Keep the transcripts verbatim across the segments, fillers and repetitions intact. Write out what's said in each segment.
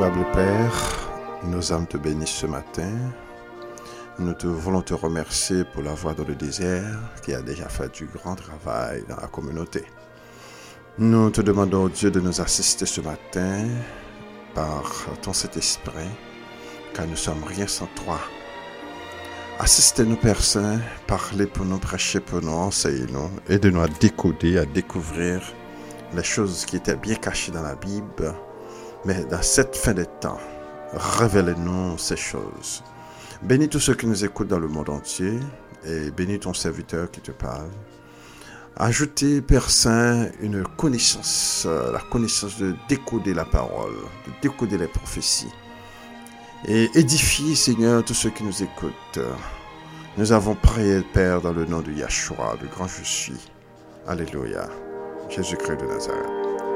Incroyable Père, nos âmes te bénissent ce matin. Nous te voulons te remercier pour la voix dans le désert qui a déjà fait du grand travail dans la communauté. Nous te demandons, Dieu, de nous assister ce matin par ton Saint-Esprit, car nous sommes rien sans toi. Assistez-nous, Père Saint, parlez pour nous, prêchez pour nous, enseignez-nous, aidez-nous à décoder, à découvrir les choses qui étaient bien cachées dans la Bible. Mais dans cette fin de temps, révélez-nous ces choses. Bénis tous ceux qui nous écoutent dans le monde entier et bénis ton serviteur qui te parle. Ajoutez, Père Saint, une connaissance, la connaissance de décoder la parole, de décoder les prophéties. Et édifiez, Seigneur, tous ceux qui nous écoutent. Nous avons prié, Père, dans le nom de Yahshua, le grand je suis. Alléluia. Jésus-Christ de Nazareth.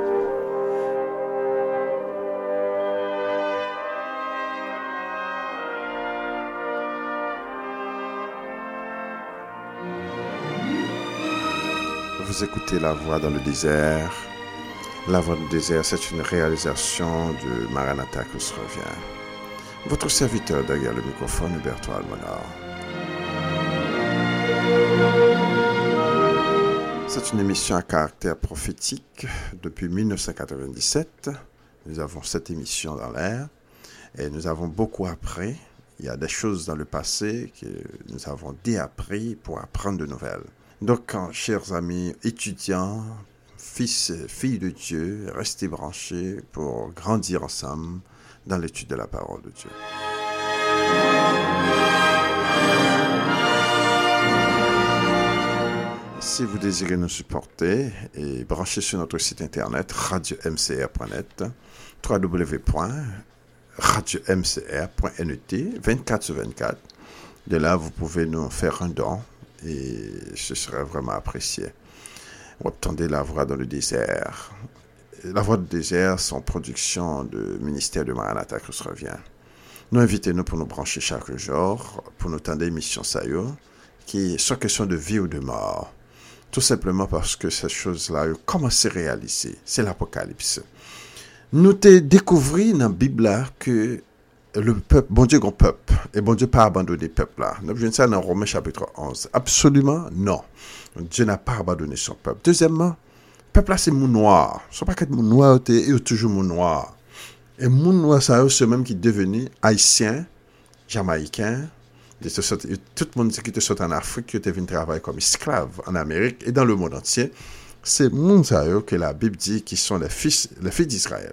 Vous écoutez La Voix dans le désert. La Voix du désert, c'est une réalisation de Maranatha qui se revient. Votre serviteur derrière le microphone, Huberto Almonor. C'est une émission à caractère prophétique depuis dix-neuf cent quatre-vingt-dix-sept. Nous avons cette émission dans l'air et nous avons beaucoup appris. Il y a des choses dans le passé que nous avons déappris pour apprendre de nouvelles. Donc, chers amis étudiants, fils et filles de Dieu, restez branchés pour grandir ensemble dans l'étude de la parole de Dieu. Si vous désirez nous supporter et brancher sur notre site internet radio m c r point net, w w w point radio m c r point net, vingt-quatre sur vingt-quatre. De là, vous pouvez nous faire un don. Et ce serait vraiment apprécié. Vous entendez La Voix dans le désert. La Voix du désert, c'est une production du ministère de Maranatha qui se revient. Nous invitez-nous pour nous brancher chaque jour, pour nous tendre l'émission Sayo, qui sont question de vie ou de mort. Tout simplement parce que ces choses-là, comment se réaliser? C'est l'Apocalypse. Nous te découvrir dans la Bible que le peuple, bon Dieu, grand peuple, et bon Dieu pas abandonné le peuple là. Nous voyons ça dans Romains chapitre onze. Absolument non. Dieu n'a pas abandonné son peuple. Deuxièmement, le peuple là c'est moun noir. Ce n'est pas que moun noir, il est toujours moun noir. Et moun noir, c'est eux même qui devenu haïtien, jamaïcain, tout le monde qui est en Afrique, qui est venu travailler comme esclave en Amérique et dans le monde entier. C'est moun ça que la Bible dit qui sont les fils, les fils d'Israël.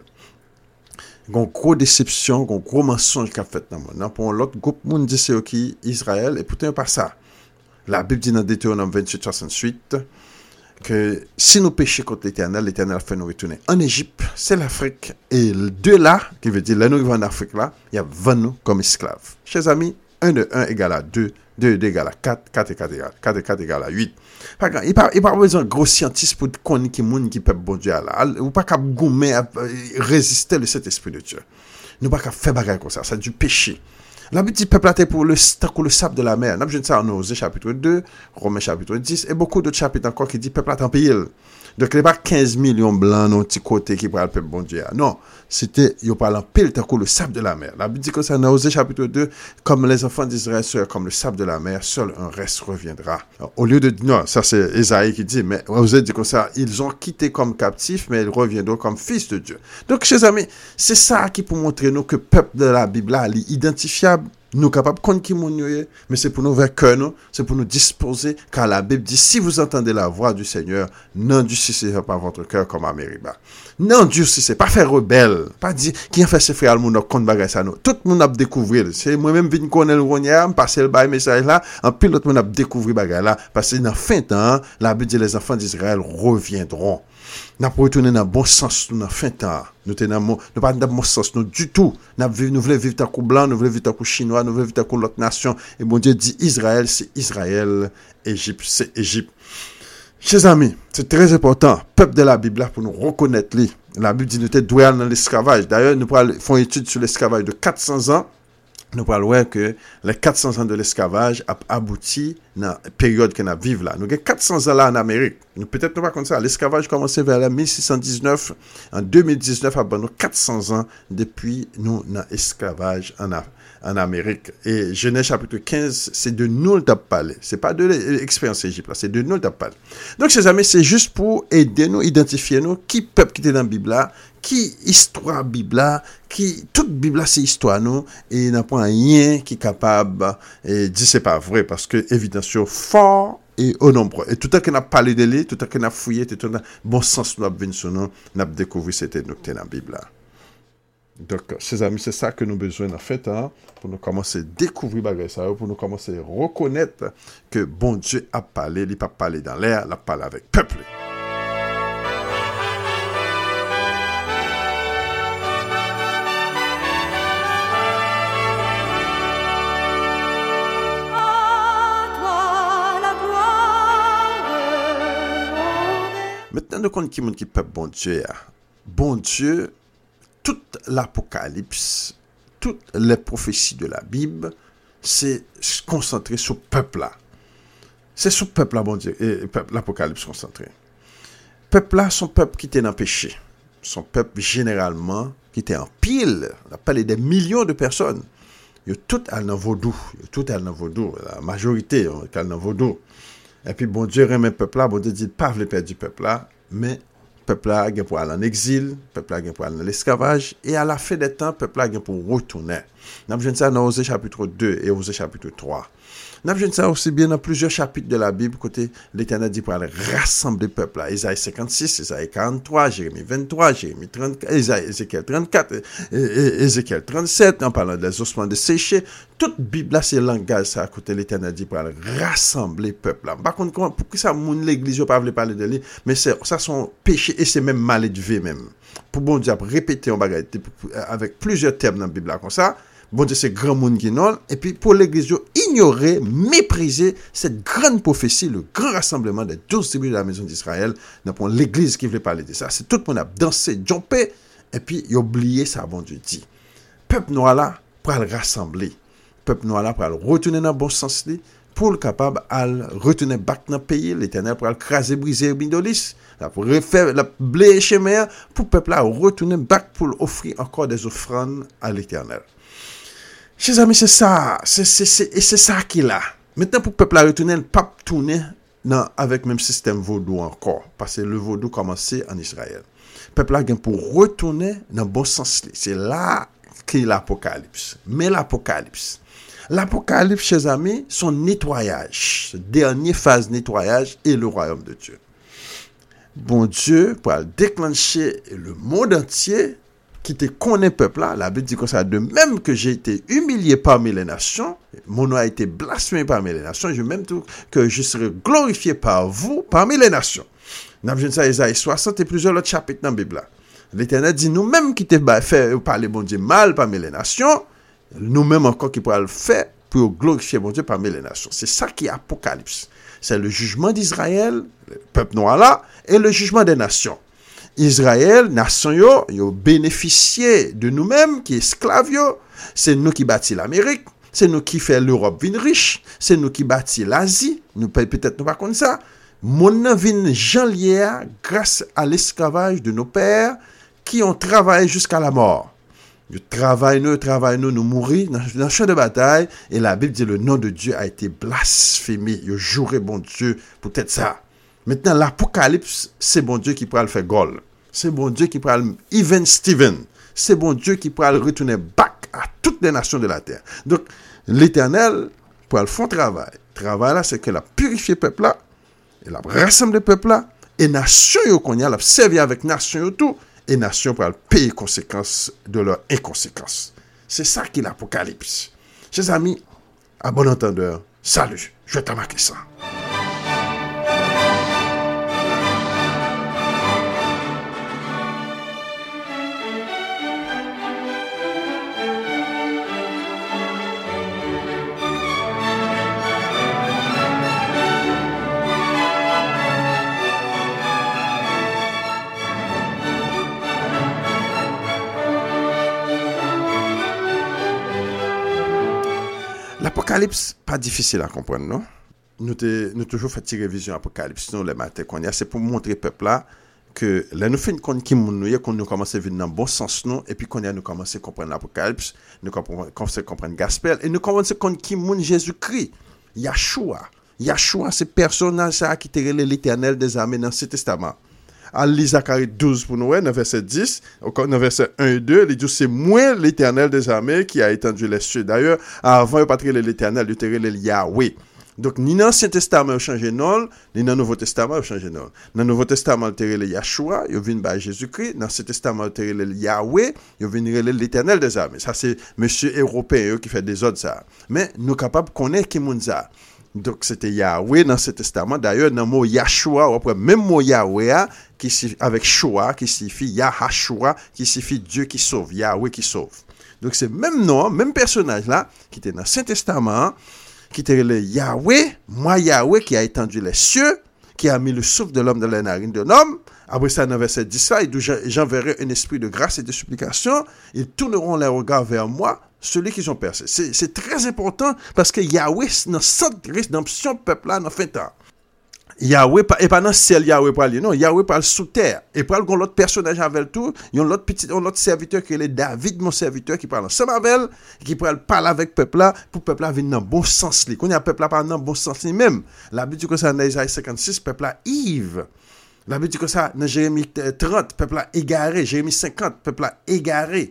Une grosse déception, un gros mensonge qu'a fait dans le monde. Pour l'autre groupe, on dit c'est qui Israël, et pourtant pas ça. La Bible dit dans Deutéronome vingt-huit soixante-huit que si nous péchons contre l'Éternel, l'Éternel fait nous retourner en Égypte, c'est l'Afrique. Et de là, qui veut dire là nous vivons en Afrique là, il y a vingt nous comme esclaves. Chers amis, un de un égale à deux, deux de deux égale à quatre, quatre et quatre égale, quatre et quatre égale à huit. Il n'y a pas besoin de gros scientifiques pour connaître qui moun qui peut bon Dieu là. Ou pas qu'à gommer à résister à cet esprit de Dieu. Nous pas qu'à faire bagarre comme ça, c'est du péché. La Bible dit peuple là pour le pour le sable de la mer. Nous avons ça en Osée chapitre deux, Romains chapitre dix et beaucoup d'autres chapitres encore qui dit peuple là en pays. Donc il n'y a pas quinze millions blancs dans petit côté qui parlent peuple bon Dieu. Non, c'était il parle en pile tant le sable de la mer. La Bible dit que ça dans Osée chapitre deux, comme les enfants d'Israël seraient comme le sable de la mer, seul un reste reviendra. Alors, au lieu de non, ça c'est Ésaïe qui dit, mais Osée dit comme ça, ils ont quitté comme captifs, mais ils reviendront comme fils de Dieu. Donc chers amis, c'est ça qui pour montrer nous que peuple de la Bible là, est identifiable. Nous capables de connaître qui moun yo, mais c'est pour nous vers cœur nous, c'est pour nous disposer, car la Bible dit si vous entendez la voix du Seigneur, n'endurcissez pas votre cœur comme à Mériba. N'endurcissez pas faire rebelle, pas dire qui a fait ses frères moun compte bagay ça nous. Tout le monde a découvert, c'est moi même vinn connaître le ronier, passer le bail message là, en pile l'autre monde a découvert bagay là parce que dans fin temps, la Bible dit les enfants d'Israël reviendront. N'a pas retourner dans bon sens dans fin temps. Nous tenons nous pas dans bon sens nous du tout. Nous nous voulons vivre tant que blanc, nous voulons vivre tant que chinois, nous voulons vivre tant que l'autre nation et bon Dieu dit Israël c'est Israël, Égypte c'est Égypte. Chers amis, c'est très important, peuple de la Bible là pour nous reconnaître lui. La Bible dit nous était doué dans l'esclavage. D'ailleurs, nous font étude sur l'esclavage de quatre cents ans nous parlons que les quatre cents ans de l'esclavage a abouti dans la période que nous vivons là. Nous avons quatre cents ans là en Amérique. Nous peut-être nous pas comme ça. L'esclavage commençait vers la mille six cent dix-neuf. En deux mille dix-neuf, nous avons quatre cents ans depuis nous dans l'esclavage en, en Amérique. Et Genèse chapitre quinze, c'est de nous le parler. C'est pas de l'expérience Égypte là, c'est de nous le parler. Donc, chers amis, c'est juste pour aider nous, identifier nous, qui peuple qui était dans la Bible là, qui histoire Bible là, qui toute Bible là c'est histoire nous et n'a pas rien qui est capable et dire c'est pas vrai parce que évidence fort et au nombre et tout à qu'on a parlé de lui, tout à qu'on a fouillé, tout à bon sens nous a venu sur nous, n'a découvert c'était nous dans la Bible là. Donc, chers amis, c'est ça que nous avons besoin en fait hein, pour nous commencer à découvrir bagay ça, pour nous commencer à reconnaître que bon Dieu a parlé, il n'a pas parlé dans l'air, il a parlé avec peuple. Maintenant, nous connaissons qui est qui peuple bon Dieu. Bon Dieu, toute l'Apocalypse, toutes les prophéties de la Bible, c'est concentré sur le peuple là. C'est sur le peuple là, bon Dieu, et l'Apocalypse concentré. Peuple là, son peuple qui était dans le péché. Son peuple généralement qui était en pile. On a parlé des millions de personnes. Ils sont tous dans le vaudou. Ils sont tous dans le vaudou. La majorité est dans le vaudou. Et puis, bon Dieu remet le peuple là, bon Dieu dit, pas le perdre du peuple là, mais le peuple là, il pour aller en exil, le peuple là, il pour aller dans l'esclavage, et à la fin des temps, le peuple là, il pour retourner. Nous avons ça dans Osée chapitre deux et Osée chapitre trois. Nous avons ça aussi bien dans plusieurs chapitres de la Bible, côté l'Éternel dit pour aller rassembler le peuple là. Isaïe cinquante-six, Isaïe quarante-trois, Jérémie vingt-trois, Jérémie trente-quatre, Isaïe, Ézéchiel trente-quatre, Ézéchiel trente-sept, en parlant des ossements desséchés. Toute Bible là, c'est le langage, ça, à côté l'Éternel dit pour aller rassembler le peuple là. Par contre, pourquoi ça, l'église, n'a pas voulu parler de lui, mais c'est, ça, son péché, et c'est même mal élevé même. Pour bon Dieu, répéter en bagage, avec plusieurs termes dans la Bible là, comme ça, bon Dieu, c'est grand monde qui non. Et puis, pour l'église, ignorer, mépriser cette grande prophétie, le grand rassemblement des douze tribus de la maison d'Israël. Pour l'église qui voulait parler de ça. C'est tout le monde a dansé, jumpé, et puis, il a oublié ça, bon Dieu dit. Peuple noir là, pour le rassembler. Peuple noir là, pour le retourner dans le bon sens, pour le capable de retourner back dans le pays, l'Éternel pour le craser, briser, bindolis, pour refaire le blé chemin, pour le peuple là retourner back pour offrir encore des offrandes à l'Éternel. Chers amis, c'est ça, c'est, c'est, c'est, et c'est ça qu'il a. Maintenant, pour le peuple à retourner, le pape tourner non, avec le même système vaudou encore, parce que le vaudou commençait en Israël. Le peuple a pour retourner dans le bon sens. C'est là qu'est l'Apocalypse. Mais l'Apocalypse, l'Apocalypse, chers amis, son nettoyage, cette dernière phase de nettoyage est le royaume de Dieu. Bon Dieu, pour déclencher le monde entier, qui te connaît peuple là, la Bible dit comme ça, de même que j'ai été humilié parmi les nations, mon nom a été blasphémé parmi les nations, je même tout que je serai glorifié par vous parmi les nations. Nous avons ça Isaïe soixante et plusieurs autres chapitres dans la Bible là. L'Éternel dit nous-mêmes qui te fait parler bon Dieu mal parmi les nations, nous-mêmes encore qui pourrons le faire pour glorifier mon Dieu parmi les nations. C'est ça qui est Apocalypse. C'est le jugement d'Israël, le peuple noir là, et le jugement des nations. Israël, nation yo, yo bénéficié de nous-mêmes qui esclaves yo. C'est nous qui bâtis l'Amérique, c'est nous qui fait l'Europe vin riche, c'est nous qui bâtis l'Asie, nous peut-être nous pas comme ça. Mon vin janlière grâce à l'esclavage de nos pères qui ont travaillé jusqu'à la mort. Nous travaillons, nous travaillons, nous, nous mourir dans, dans le champ de bataille, et la Bible dit le nom de Dieu a été blasphémé. Yo juré bon Dieu pour être ça. Maintenant, l'Apocalypse, c'est bon Dieu qui pourra le faire gol. C'est bon Dieu qui pourra le even Steven. C'est bon Dieu qui pourra le retourner back à toutes les nations de la terre. Donc, l'Éternel pourra le faire travail. Travail là, c'est que la purifier le peuple là, et la rassembler le peuple là, et nation yo qu'on y a, la servir avec nation yo tout, et nation pourra le payer conséquences de leur inconséquence. C'est ça qui est l'Apocalypse. Chers amis, à bon entendeur, salut, je vais t'amarquer ça. Apocalypse, pas difficile à comprendre, non? Nous te, nous toujours fait tirer vision Apocalypse, nous, les matins qu'on y a, c'est pour montrer peuple là que là, nous faisons une qui nous qu'on nous commence à vivre dans le bon sens, nous, et puis qu'on a nous commencer à comprendre l'Apocalypse, nous commencer à comprendre Gaspel, et nous commencer à comprendre qui moun Jésus-Christ, Yahshua. Yahshua, c'est personnage qui était l'éternel des armées dans ce testament. À Zacharie douze pour nous, dans verset dix, dans verset un et deux, il dit c'est moi l'éternel des armées qui a étendu les cieux. D'ailleurs, avant, il n'y a pas l'éternel, il y a le Yahweh. Donc, ni dans l'Ancien Testament, il a changé de nom, ni dans le Nouveau Testament, il a changé de nom. Dans le Nouveau Testament, il y a le Yahshua, il vient par Jésus-Christ. Dans l'Ancien Testament, il y a le Yahweh, il vient l'éternel des armées. Ça, c'est monsieur européen qui fait des autres ça. Mais nous sommes capables de connaître qui est ça. Donc, c'était Yahweh dans ce testament. D'ailleurs, dans le mot Yahshua, on prend même mot Yahweh, qui signifie, avec Shoah, qui signifie Yahashua, qui signifie Dieu qui sauve, Yahweh qui sauve. Donc, c'est même nom, même personnage là, qui était dans le Saint-Testament, qui était le Yahweh, moi Yahweh, qui a étendu les cieux, qui a mis le souffle de l'homme dans les narines d'un homme. Après ça, dans verset dix, il dit, j'enverrai un esprit de grâce et de supplication, ils tourneront les regards vers moi, celui qui sont percés. C'est, c'est très important parce que Yahweh, dans cette rédemption, peuple là, dans fin temps. Yahweh, et pas dans le ciel, Yahweh parle, non, Yahweh parle sous terre. Et parle qu'on l'autre personnage avec tout, il y a l'autre petit, l'autre serviteur qui est David, mon serviteur, qui parle ensemble avec elle, qui parle parler avec peuple là, pour peuple là venir dans le bon sens. Quand il y a peuple là parle dans le bon sens même. La Bible dit que ça dans Isaïe cinquante-six, peuple là, Yves. La Bible dit que ça dans Jérémie trente, peuple là, égaré. Jérémie cinquante, peuple là, égaré.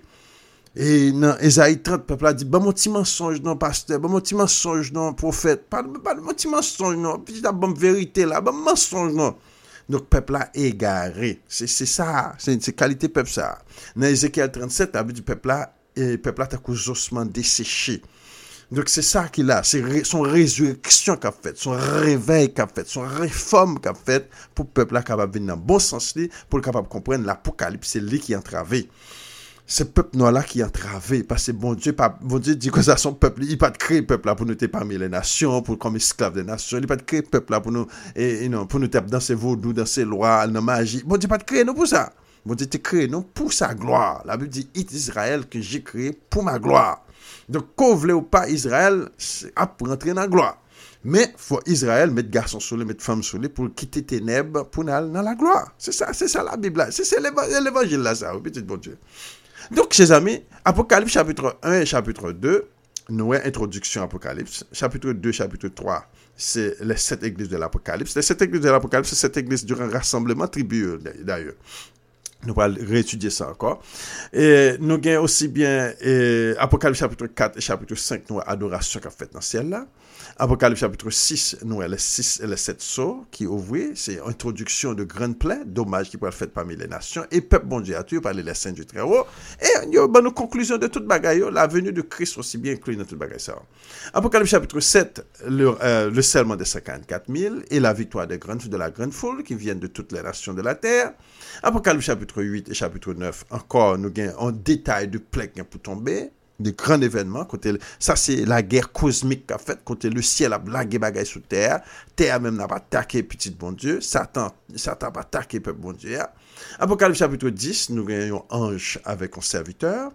Et dans Isaïe trente, peuple a dit, bah, mon petit mensonge, non, pasteur, bah, mon petit mensonge, non, prophète, pas, pas, mon petit mensonge, non, puis la bonne vérité, là, bah, mensonge, non. Donc, peuple a égaré. C'est, c'est ça, c'est, c'est qualité peuple, ça. Dans Ézéchiel trente-sept, la Bible du peuple là, et peuple a ta cause ossements desséchés. Donc, c'est ça qu'il a, c'est ré, son résurrection qu'a fait, son réveil qu'a fait, son réforme qu'a fait, pour le peuple là capable de venir dans le bon sens, pour le capable de comprendre l'Apocalypse, c'est lui qui est entravé. Ce peuple noir là qui est entravé parce que bon Dieu pas bon Dieu dit que ça son peuple il pas de créer peuple là pour nous être parmi les nations pour comme esclaves des nations il pas de créer peuple là pour nous et, et non pour nous taper dans ses vaudous dans ses lois dans magie bon Dieu pas de créer nous pour ça bon Dieu te créé nous pour sa gloire la Bible dit it Israël que j'ai créé pour ma gloire donc qu'on voulait ou pas Israël a pour entrer dans la gloire mais faut Israël mettre garçon sur lui mettre femme sur lui pour quitter ténèbres pour aller dans la gloire c'est ça c'est ça la Bible là c'est, c'est l'évangile là ça petit bon Dieu. Donc, chers amis, Apocalypse chapitre un et chapitre deux, nous avons introduction à Apocalypse. Chapitre deux, chapitre trois, c'est les sept églises de l'Apocalypse. Les sept églises de l'Apocalypse, c'est cette église durant un rassemblement tribu, d'ailleurs. Nous allons réétudier ça encore. Et nous avons aussi bien et, Apocalypse chapitre quatre et chapitre cinq, nous avons adoration qu'a fait dans le ciel là. Apocalypse chapitre six, nous avons les six et les sept sceaux qui ouvrent. C'est une introduction de grandes plaies, d'hommages qui pourraient être faits parmi les nations. Et peuple bon Dieu à tout, par les saints du Très-Haut. Et nous avons une conclusion de toute bagaille, la venue de Christ aussi bien inclus dans toute bagaille ça. Apocalypse chapitre sept, le, euh, le serment des cinquante-quatre mille et la victoire des grandes, de la grande foule qui viennent de toutes les nations de la terre. Apocalypse chapitre huit et chapitre neuf, encore nous avons un détail de plaques pour tomber. Des grands événements, côté, ça c'est la guerre cosmique qu'a fait, côté le ciel a blagué bagaille sous terre, terre même n'a pas attaqué petit bon Dieu, Satan, Satan n'a pas attaqué peuple bon Dieu. Apocalypse chapitre dix, nous gagnons ange avec un serviteur,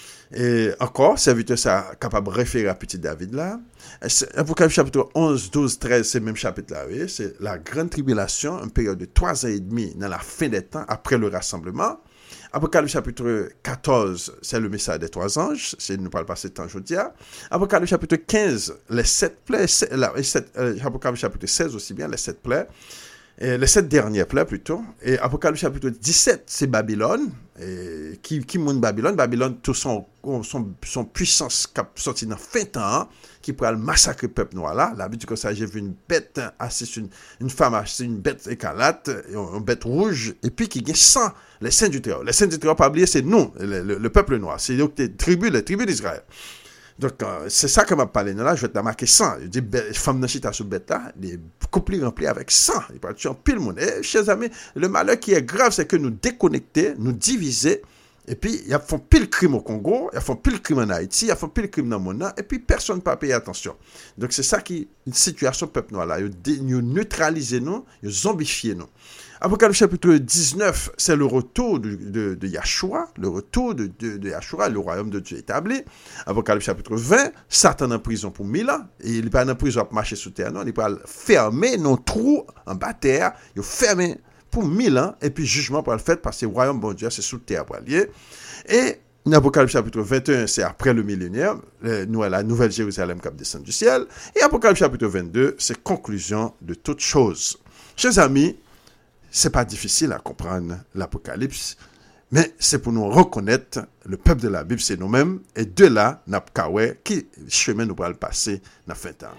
et encore, serviteur ça capable de référer à petit David là. Apocalypse chapitre onze, douze, treize, c'est le même chapitre là, oui, c'est la grande tribulation, une période de trois ans et demi dans la fin des temps, après le rassemblement. Apocalypse chapitre quatorze, c'est le message des trois anges, c'est nous parle pas ce temps aujourd'hui. Apocalypse chapitre quinze, les sept plaies, les sept, euh, Apocalypse chapitre seize aussi bien, les sept plaies, et les sept dernières plaies plutôt. Et Apocalypse chapitre dix-sept, c'est Babylone. Et qui qui monte Babylone? Babylone, tout son, son, son puissance qui sorti dans fin temps, qui pourrait massacrer le peuple noir là. La Bible dit que ça, j'ai vu une bête assise sur une, une femme assise, une bête écarlate, une bête rouge, et puis qui gagne cent, les saints du Très-Haut. Les saints du Très-Haut, pas oublier, c'est nous, le, le, le peuple noir. C'est les tribus, les tribus d'Israël. Donc, euh, c'est ça que m'a parlé. Là, je vais te marquer cent. Je dis, femme de chita sous bête là, des couples remplis avec cent. Il peut tuer pile monde. Et, chers amis, le malheur qui est grave, c'est que nous déconnecter, nous diviser, Et puis, ils font pile crime au Congo, ils font pile crime en Haïti, ils font pile crime dans le monde, et puis personne ne peut payer attention. Donc, c'est ça qui est une situation peuple noir là. Ils neutralisent nous, ils zombifient nous. Apocalypse chapitre dix-neuf, c'est le retour de, de, de Yahshua, le retour de, de, de Yahshua, le royaume de Dieu établi. Apocalypse chapitre vingt, Satan en prison pour mille ans, et il n'est pas en prison pour marcher sous terre, non, il va fermer nos trous en bas terre, il va fermer pour mille ans, et puis jugement pour le fait, parce que le royaume de Dieu, c'est sous terre pour aller. Et Apocalypse chapitre vingt et un, c'est après le millénaire, nous, la nouvelle Jérusalem qui descend du ciel. Et Apocalypse chapitre vingt-deux, c'est conclusion de toutes choses. Chers amis, c'est pas difficile à comprendre l'Apocalypse, mais c'est pour nous reconnaître le peuple de la Bible, c'est nous-mêmes, et de là, n'a pas qui chemin nous va le passer dans la fin de temps.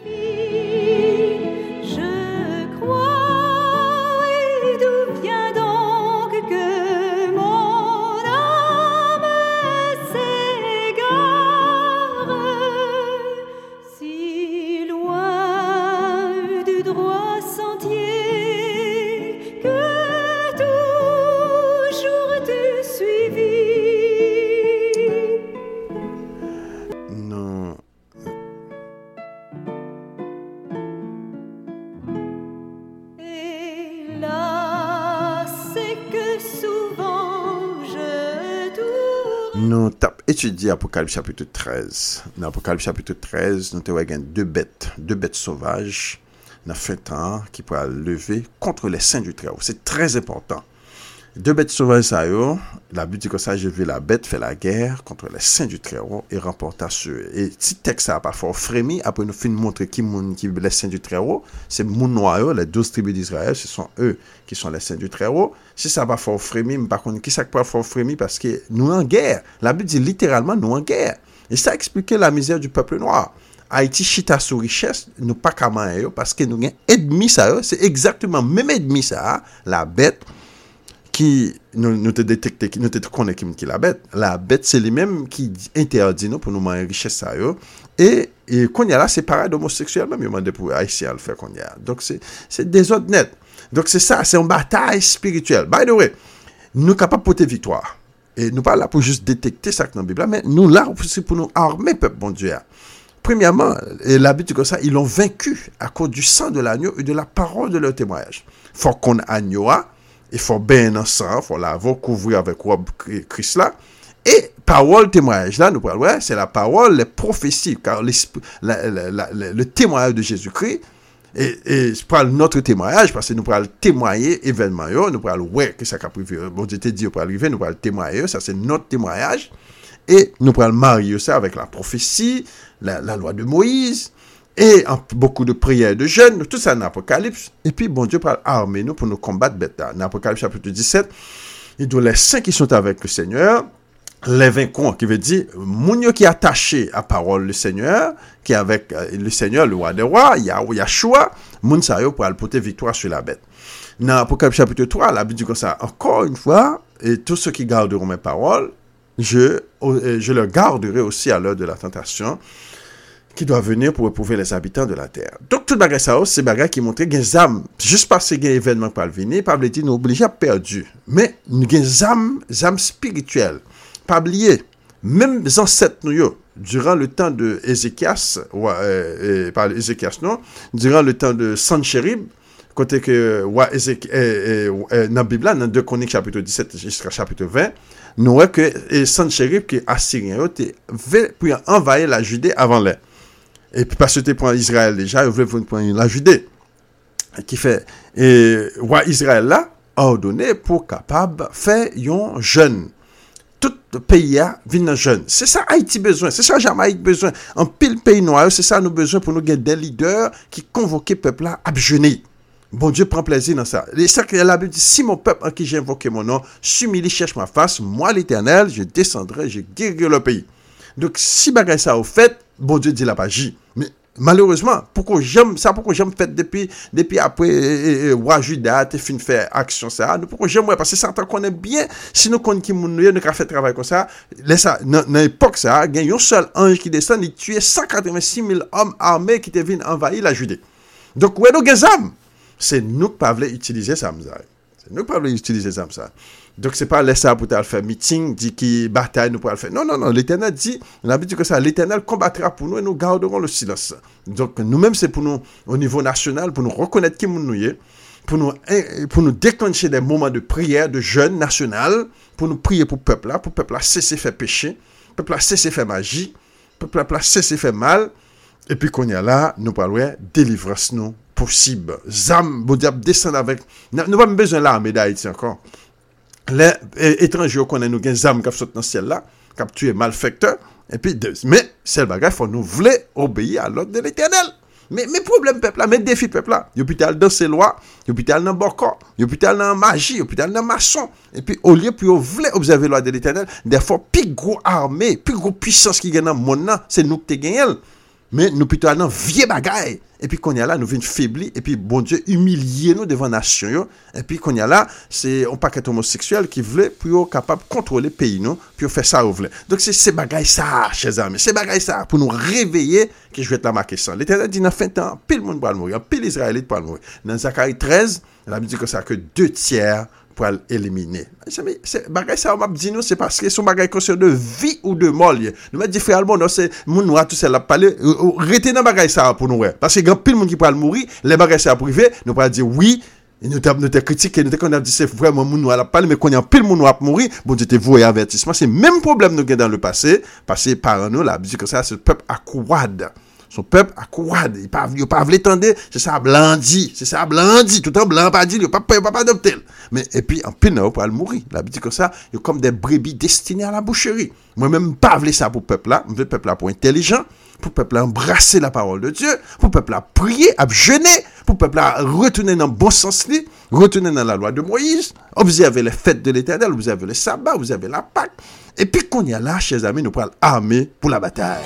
Je crois, et d'où vient donc que mon âme s'égare si loin du droit sentier? Nous avons étudié Apocalypse chapitre treize. Dans Apocalypse chapitre treize, nous avons deux bêtes, deux bêtes sauvages, dans la fin de temps, qui pourraient lever contre les saints du Très-Haut. C'est très important. Deux bêtes sauvages, ça y est, la Bible dit que ça, j'ai vu la bête faire la guerre contre les saints du Très-Haut et remporta ceux. Et si texte ça a pas fort frémi, après nous fin montrer qui qui les saints du Très-Haut, c'est moun noir, les douze tribus d'Israël, ce sont eux qui sont les saints du Très-Haut. Si ça pas fort frémi, mais par contre, qui ça pas fort frémi parce que nous en guerre. La Bible dit littéralement nous en guerre. Et ça explique la misère du peuple noir. Haïti chita sous richesse, nous pas comment parce que nous avons ennemi ça, c'est exactement même ennemi ça, la bête qui nous, nous te détecter, nous te connaît qui, qui la bête. La bête, c'est lui-même qui interdit nous pour nous manger richesse ça. Et, et qu'on y a là, c'est pareil d'homosexuel, même, il m'a demandé pour Haïtien le faire qu'on y a. Donc, c'est, c'est des autres nets. Donc, c'est ça, c'est une bataille spirituelle. By the way, nous sommes capables de porter victoire. Et nous ne sommes pas là pour juste détecter ça dans la Bible, mais nous là aussi pour nous armer, peuple bon Dieu. Premièrement, et la Bible dit comme ça, ils l'ont vaincu à cause du sang de l'agneau et de la parole de leur témoignage. Il faut qu'on agneau. Il faut bien un sang, il faut l'avoir couvrir avec le Christ là. Et parole, témoignage là, nous parlons, ouais, c'est la parole, les prophéties, car la, la, la, la, le témoignage de Jésus-Christ, et, et je parle notre témoignage, parce que nous parlons témoigner événement, nous parlons, ouais, que ça a privé, bon Dieu te dit, nous parlons arriver, nous parlons témoigner, ça c'est notre témoignage, et nous parlons marier ça avec la prophétie, la, la loi de Moïse, et en, beaucoup de prières de jeûnes, tout ça dans l'Apocalypse. Et puis, bon Dieu parle armer nous pour nous combattre bête. Dans l'Apocalypse chapitre dix-sept, il dit les saints qui sont avec le Seigneur, les vaincront, qui veut dire, Mounio qui est attaché à parole le Seigneur, qui est avec euh, le Seigneur, le roi des rois, Yahshua, Moun Sayo pour porter victoire sur la bête. Dans l'Apocalypse chapitre trois, la Bible dit comme ça, encore une fois, et tous ceux qui garderont mes paroles, je, euh, je le garderai aussi à l'heure de la tentation, qui doit venir pour éprouver les habitants de la terre. Donc, tout bagage ça, c'est bagage qui montre qu'il y a des âmes, juste parce qu'il y a un événement qui va venir, pas dire nous obligés à perdu. Mais, il y a des âmes, des âmes spirituelles. Pas oublier, même les ancêtres, nous, durant le temps de Ézéchias, ouais, euh, euh, par Ézéchias, non, durant le temps de Sanchérib, côté que, ouais, Ézéchias, euh, euh, euh, dans la Bible, dans deux Chroniques, chapitre dix-sept jusqu'à chapitre vingt, nous voyons que Sanchérib, qui est assyrien, avait pour envahir la Judée avant l'air. Et puis, parce que c'était pour Israël déjà, il voulait prendre la Judée. Qui fait, et, ouais, Israël là, a ordonné pour capable faire un jeûne. Tout le pays a vient un jeûne. C'est ça Haïti besoin, c'est ça Jamaïque besoin. En pile pays noir, c'est ça nous besoin pour nous gagner des leaders qui convoquent le peuple là à jeûner. Bon Dieu prend plaisir dans ça. Et ça que la Bible dit, si mon peuple en qui j'ai invoqué mon nom, s'humilie, cherche ma face, moi l'Éternel, je descendrai, je guérirai le pays. Donc, si bagay ça au fait, bon Dieu dit la pas J. Mais malheureusement, pourquoi j'aime ça, pourquoi j'aime fait depuis, depuis après, roi Judas, t'es fin faire action ça, nous pourquoi j'aime, parce que ça, on connaît bien, si nous connaissons qui nous, nous avons fait travail comme ça, ça, dans l'époque ça, il y a un seul ange qui descend, il tue cent quatre-vingt-six mille hommes armés qui te viennent envahir la Judée. Donc, où est-ce que c'est nous qui ne pouvons utiliser ça, c'est nous qui ne pouvons utiliser ça. Donc, c'est pas laisser pour faire meeting, dit qui bataille nous pour le faire. Non, non, non. L'Éternel dit, on a dit que ça, l'Éternel combattra pour nous et nous garderons le silence. Donc, nous-mêmes, c'est pour nous, au niveau national, pour nous reconnaître qui nous est, pour nous, pour nous déclencher des moments de prière, de jeûne national, pour nous prier pour le peuple là, pour le peuple là cesser de faire péché, le peuple là cesser de faire magie, le peuple là cesser de faire mal. Et puis, qu'on y a là, nous parlons délivrance nous possible. Zam, bon diable, descendre avec, nous n'avons pas besoin de l'armée d'Haïti encore. Les étrangers connaissent nous des âmes qui sont dans le ciel là, qui ont tué malfaiteurs, et puis, mais, c'est le bagage, il faut nous voulons obéir à l'ordre de l'Éternel. Mais, mais problème, peuple là, mais défi, peuple là, il y a dans ces lois, il y a dans le bocor, il y a dans la magie, il y a dans la maçon, et puis, au lieu, puis, vous voulez observer la loi de l'Éternel, des fois, plus gros armée, plus gros puissance qui gagne dans le monde, c'est nous qui gagnons. Mais nous plutôt allons vieux bagaille. Et puis qu'on y a là, nous venons faiblir. Et puis bon Dieu, humilier nous devant la nation. Et puis qu'on y a là, c'est un paquet homosexuel qui voulait pour capable de contrôler le pays, nous, puis faire ça, vous voulez. Donc c'est ces bagailles ça, chers amis. C'est bagailles ça, pour nous réveiller, que je vais être la marquer ça. L'Éternel dit, dans fin de temps, pile le monde va mourir, pile Israélite va mourir. Dans Zacharie treize, la Bible dit que ça que deux tiers pour l'éliminer. C'est bagay ça m'a dit nous c'est parce que son bagay question de vie ou de mort. Nous m'a dit frère bon c'est moun noir tout ça l'a parlé rester dans bagay ça pour nous parce que grand pile monde qui pourra mourir, les bagay ça privé, nous pas dire oui, nous t'a nous t'a critiqué, nous t'a qu'on a dit c'est vraiment moun noir l'a parlé mais qu'on y a pile monde noir mourir, bon Dieu te voyé avertissement, c'est même problème nous gain dans le passé, parce que par nous là, dit que ça c'est le peuple accouade. Son peuple a quoi? Il pas il pas voulu tendre, c'est ça blandi, c'est ça blandi, tout en blanc pas dit, il pas pas pas adopter. Mais et puis en pile pour aller mourir. La Bible dit que ça, il comme des brebis destinées à la boucherie. Moi même pas voulu ça pour peuple là, je veux peuple là pour intelligent, pour peuple là embrasser la parole de Dieu, pour peuple là prier, à jeûner, pour peuple là retourner dans le bon sens li, retourner dans la loi de Moïse, observer les fêtes de l'Éternel, observer le sabbat, observer la Pâque. Et puis qu'on y a là, chers amis, nous prenons armée pour la bataille.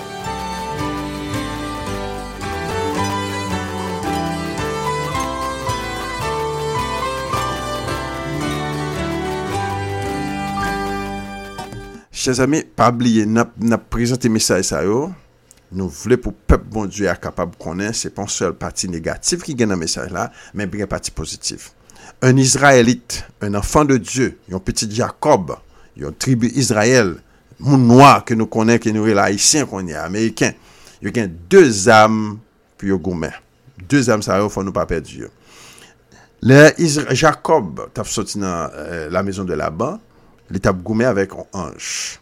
Chers amis, pas oublier, n'a présenté message ça yo. Nous voulons pour peuple bon Dieu est capable de connaître, c'est pas une seule partie négative qui gagne dans message là, mais bien partie positive. Un Israélite, un enfant de Dieu, un petit Jacob, une tribu Israël, mon noir que nous connaissons, que nous est haïtien qu'on est américain. Il y a deux âmes puis gourmet. Deux âmes ça yo faut nous pas perdre Dieu. Le Jacob t'a sorti dans euh, la maison de Laban. L'étape gourmet avec un ange.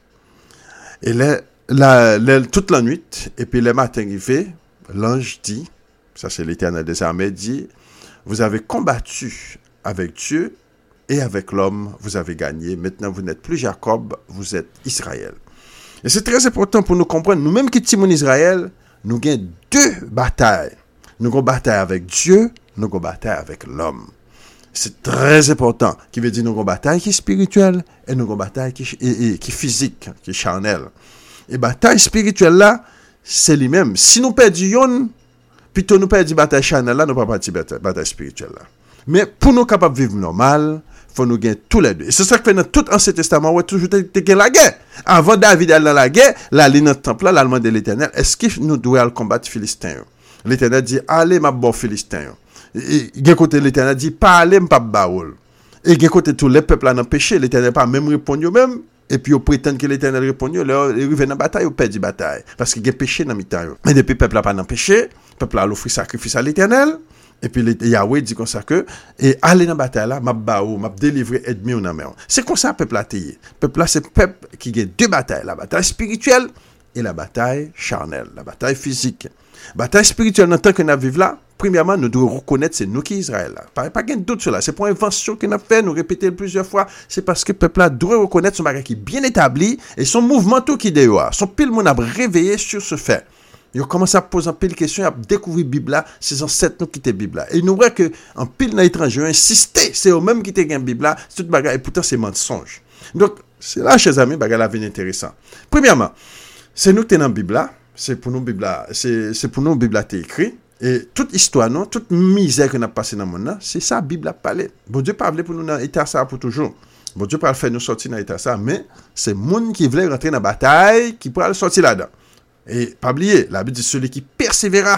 Et là, la, la, toute la nuit, et puis le matin il fait, l'ange dit, ça c'est l'Éternel des armées, dit, vous avez combattu avec Dieu et avec l'homme, vous avez gagné. Maintenant, vous n'êtes plus Jacob, vous êtes Israël. Et c'est très important pour nous comprendre, nous-mêmes qui sommes en Israël, nous gagnons deux batailles. Nous avons une bataille avec Dieu, nous avons une bataille avec l'homme. C'est très important, qui veut dire nous avons une bataille qui est spirituelle et nous avons une bataille qui est physique, qui est charnelle. Et bataille spirituelle là, c'est lui-même. Si nous perdons, plutôt nous perdons la bataille charnelle là, nous ne pouvons pas partir la bataille spirituelle là. Mais pour nous capables de vivre normal, il faut nous gagner tous les deux. Et c'est ça que fait dans tout l'Ancien Testament, on a toujours été la guerre. Avant David d'aller dans la guerre, là, il est dans le temple là, l'allemand de l'Éternel, est-ce que nous devons combattre les Philistins? L'Éternel dit, allez, ma bonne Philistin. Et d'un côté, l'Éternel dit, pas aller, ma baoul. Et d'un côté, tous les peuples là dans le péché, l'Éternel pas même répondre même. Et puis, ils prétendent que l'Éternel répond, ils arrivent dans la bataille, ils perdent la bataille. Parce qu'il y a péché dans le temps. Mais depuis, le peuple n'a pas dans le péché, le peuple a offert sacrifice à l'Éternel. Et puis, Yahweh dit comme ça que, et allez dans la bataille là, m'a baou, m'a délivré, ennemi ou non. C'est comme ça, le peuple a taillé. Le peuple là, c'est le peuple qui a deux batailles. La bataille spirituelle et la bataille charnelle, la bataille physique. Bataille spirituelle, dans le temps que nous vivons là, premièrement, nous devons reconnaître que c'est nous qui Israël. Pas, pas de doute sur ça. C'est pour invention que nous avons fait, nous répéter plusieurs fois. C'est parce que le peuple là doit reconnaître son bagage qui est bien établi et son mouvement tout qui dehors. Son pile monde a réveillé sur ce fait. Il a commencé à poser un pile de questions, à découvrir la Bible là, c'est ancêtres nous qui étaient Bible là. Et nous voyons que en pile dans l'étranger, insisté, c'est eux-mêmes qui étaient la Bible là, c'est tout bagage et pourtant c'est mensonge. Donc, c'est là, chers amis, bagage là vient intéressant. Premièrement, c'est nous qui sommes dans la Bible là, c'est pour nous Bible là, c'est, c'est pour nous Bible là t'es écrit. Et toute histoire, non, toute misère qu'on a passée dans le monde, c'est ça, la Bible a parlé. Bon Dieu parle pour nous dans l'état ça pour toujours. Bon Dieu parle faire nous sortir dans l'état ça, mais c'est le monde qui voulait rentrer dans la bataille qui pourra sortir là-dedans. Et pas oublier, la Bible dit celui qui persévéra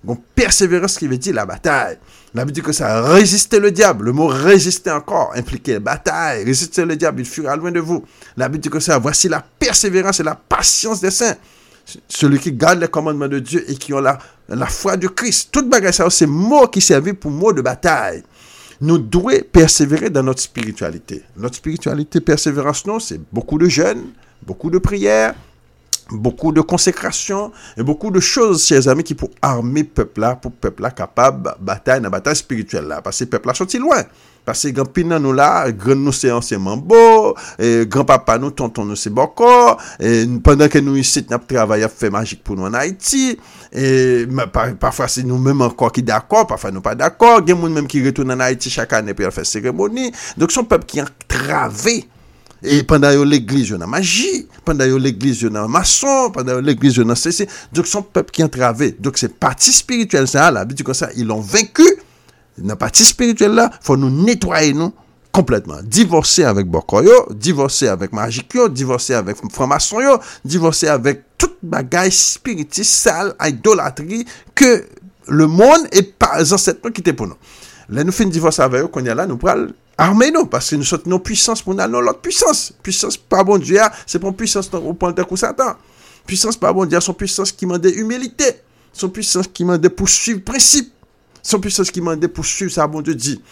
Une persévérance qui veut dire la bataille. La Bible dit que ça résister le diable. Le mot résister encore impliquait bataille. Résister le diable, il fuira loin de vous. La Bible dit que ça, voici la persévérance et la patience des saints. Celui qui garde les commandements de Dieu et qui ont la, la foi de Christ. Toute bagaille, ça, c'est mot qui servent pour mot de bataille. Nous devons persévérer dans notre spiritualité. Notre spiritualité, persévérance, non, c'est beaucoup de jeûnes, beaucoup de prières, beaucoup de consécration et beaucoup de choses, chers amis, qui pour armer le peuple là, pour le peuple là capable de bataille, dans la bataille spirituelle là. Parce que le peuple là sorti loin. Parce que grand pina nous là, grand nous c'est anciennement beau, et grand papa nous, tonton nous c'est beaucoup, et pendant que nous ici, nous travaillons, fait magique pour nous en Haïti, et parfois c'est nous-mêmes encore qui d'accord, parfois nous pas d'accord, il y a des gens même qui retournent en Haïti chaque année pour faire cérémonie. Donc son peuple qui est entravé. Et pendant l'église, il y a magie. Pendant l'église, il y a maçon. Pendant l'église, il y a ceci. Donc, son peuple qui est entravé. Donc, c'est partie spirituelle, ça, la Bible dit comme ça, ils l'ont vaincu. Dans la partie spirituelle, là, il faut nous nettoyer, nous, complètement. Divorcer avec Bokoyo, divorcer avec Magikyo, divorcer avec franc-maçon, divorcer avec toute bagaille spiritiste, sale, idolâtrie, que le monde et pas les ancêtres qui étaient pour nous. Là, nous faisons divorcer avec eux, qu'on y a là, nous prenons armez-nous, parce que nous sommes nos puissances pour nous dans l'autre puissance. Puissance pas bon Dieu, c'est pour puissance au point de coup Satan. Puissance pas bon Dieu, son puissance qui m'a des humilité. Son puissance qui m'a des poursuivre principe. Son puissance qui m'a des poursuivre ça bon Dieu dit.